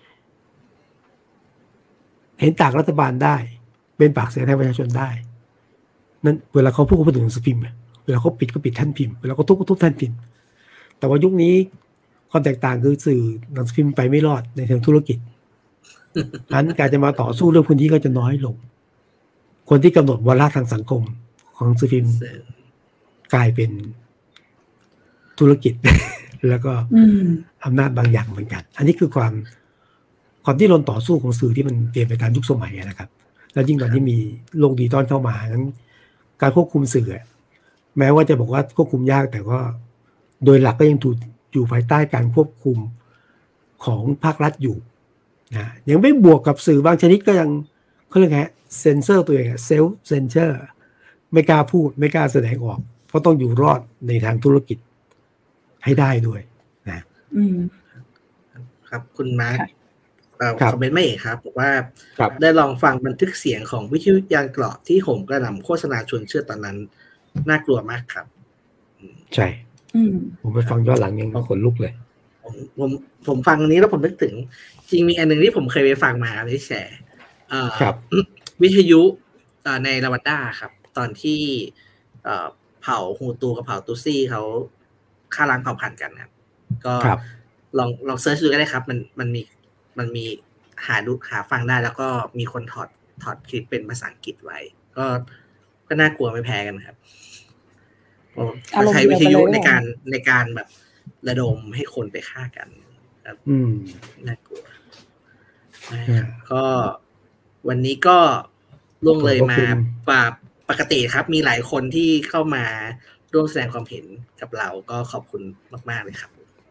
เห็นต่างรัฐบาลได้เป็นปากเสียงแทนประชาชนได้นั้นเวลาเขาพูดเขาพูดถึงหนังสือพิมพ์เวลาเขาปิดก็ปิดแท่นพิมพ์เวลาเขาทุบก็ทุบแท่นพิมพ์แต่ว่ายุคนี้ความแตกต่างคือสื่อหนังสือพิมพ์ไปไม่รอดในทางธุรกิจนั้นการจะมาต่อสู้เรื่องพื้นที่ก็จะน้อยลงคนที่กำหนดวาระทางสังคมของหนังสือพิมพ์กลายเป็นธุรกิจแล้วก็อำนาจบางอย่างเหมือนกันอันนี้คือความความที่รนต่อสู้ของสื่อที่มันเปลี่ยนไปตามยุคสมัยนะครับแล้วยิ่งตอนที่มีโลกดิจิตอลเข้ามานั้นการควบคุมสื่อแม้ว่าจะบอกว่าควบคุมยากแต่ก็โดยหลักก็ยังถูกอยู่ภายใต้การควบคุมของภาครัฐอยู่นะยังไม่บวกกับสื่อบางชนิดก็ยังเขาเรียกไงเซนเซอร์ตัวเองเซลฟ์เซนเซอร์ไม่กล้าพูดไม่กล้าแสดงออกเพราะต้องอยู่รอดในทางธุรกิจให้ได้ด้วยนะอืมครับคุณมาร์คคอมเมนต์ไม่เอกครับบอกว่าได้ลองฟังบันทึกเสียงของวิทยุยานเกราะที่ผมกระหน่ำโฆษณาชวนเชื่อตอนนั้นน่ากลัวมากครับใช่ผมไปฟังย้อนหลังยังขนลุกเลยผมผมผมฟังนี้แล้วผมนึกถึงจริงมีอันนึงที่ผมเคยไปฟังมาเลยแชร์วิทยุในลาวาด้าครับตอนที่เผ่าฮูตูกับเผ่าตุซี่เขาฆ่าล้างเผ่าพันธุ์กันครับก็ลองลองเซิร์ชดูก็ได้ครับมันมันมีมันมีหาดูหาฟังได้แล้วก็มีคนถอดถอดคลิปเป็นภาษาอังกฤษไว้ก็ก็น่ากลัวไม่แพ้กันครับใช้วิทยุในการในการแบบระดมให้คนไปฆ่ากันครับน่ากลัวก็วันนี้ก็ล่วงเลยมาปาปกติครับมีหลายคนที่เข้ามาร่วมแสดงความเห็นกับเราก็ขอบคุณมากๆเลยครับ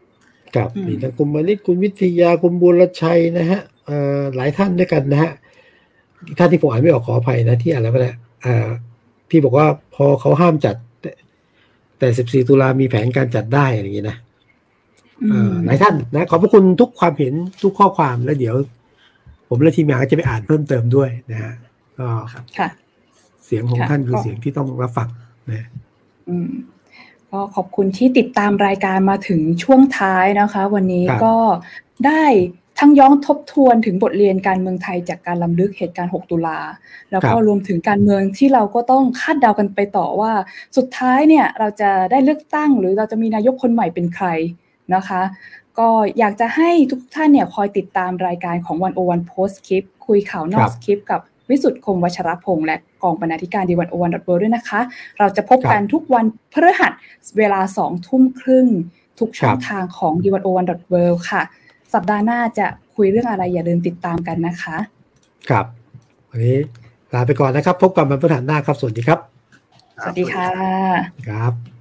ครับมีทั้งคุณมานิตคุณวิทยาคุณบุรชัยนะฮะเอ่อหลายท่านด้วยกันนะฮะท่านที่ผมอ่านไม่ออกขออภัยนะที่อ่านแล้วก็ได้อ่าพี่บอกว่าพอเขาห้ามจัดแต่สิบสี่ตุลามีแผนการจัดได้อะไรอย่างนี้นะหลายท่านนะขอบพระคุณทุกความเห็นทุกข้อความแล้วเดี๋ยวผมและทีมงานก็จะไปอ่านเพิ่มเติมด้วยนะฮะก็เสียงของท่านคือเสียงที่ต้องรับฟังนะก็ขอบคุณที่ติดตามรายการมาถึงช่วงท้ายนะคะวันนี้ก็ได้ทั้งย้อนทบทวนถึงบทเรียนการเมืองไทยจากการล้ำลึกเหตุการณ์หกตุลาแล้วก็รวมถึงการเมืองที่เราก็ต้องคาดเดากันไปต่อว่าสุดท้ายเนี่ยเราจะได้เลือกตั้งหรือเราจะมีนายกคนใหม่เป็นใครนะคะก็อยากจะให้ทุกท่านเนี่ยคอยติดตามรายการของหนึ่งศูนย์หนึ่ง Post Script คุยข่าวนอกสคริปต์กับวิสุทธิ์คมวัชรพงษ์และกองบรรณาธิการ ดี หนึ่งศูนย์หนึ่ง ดอท เวิลด์ ด้วยนะคะเราจะพบกันทุกวันพฤหัสเวลา สองทุ่มครึ่งทุกช่องทางของ ดี หนึ่งศูนย์หนึ่ง ดอท เวิลด์ ค่ะสัปดาห์หน้าจะคุยเรื่องอะไรอย่าลืมติดตามกันนะคะครับวันนี้ลาไปก่อนนะครับพบกันวันพฤหัสหน้าครับสวัสดีครับสวัสดีค่ะครับ